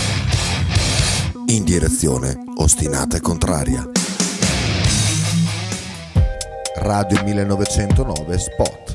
In direzione ostinata e contraria. Radio 1909 Spot.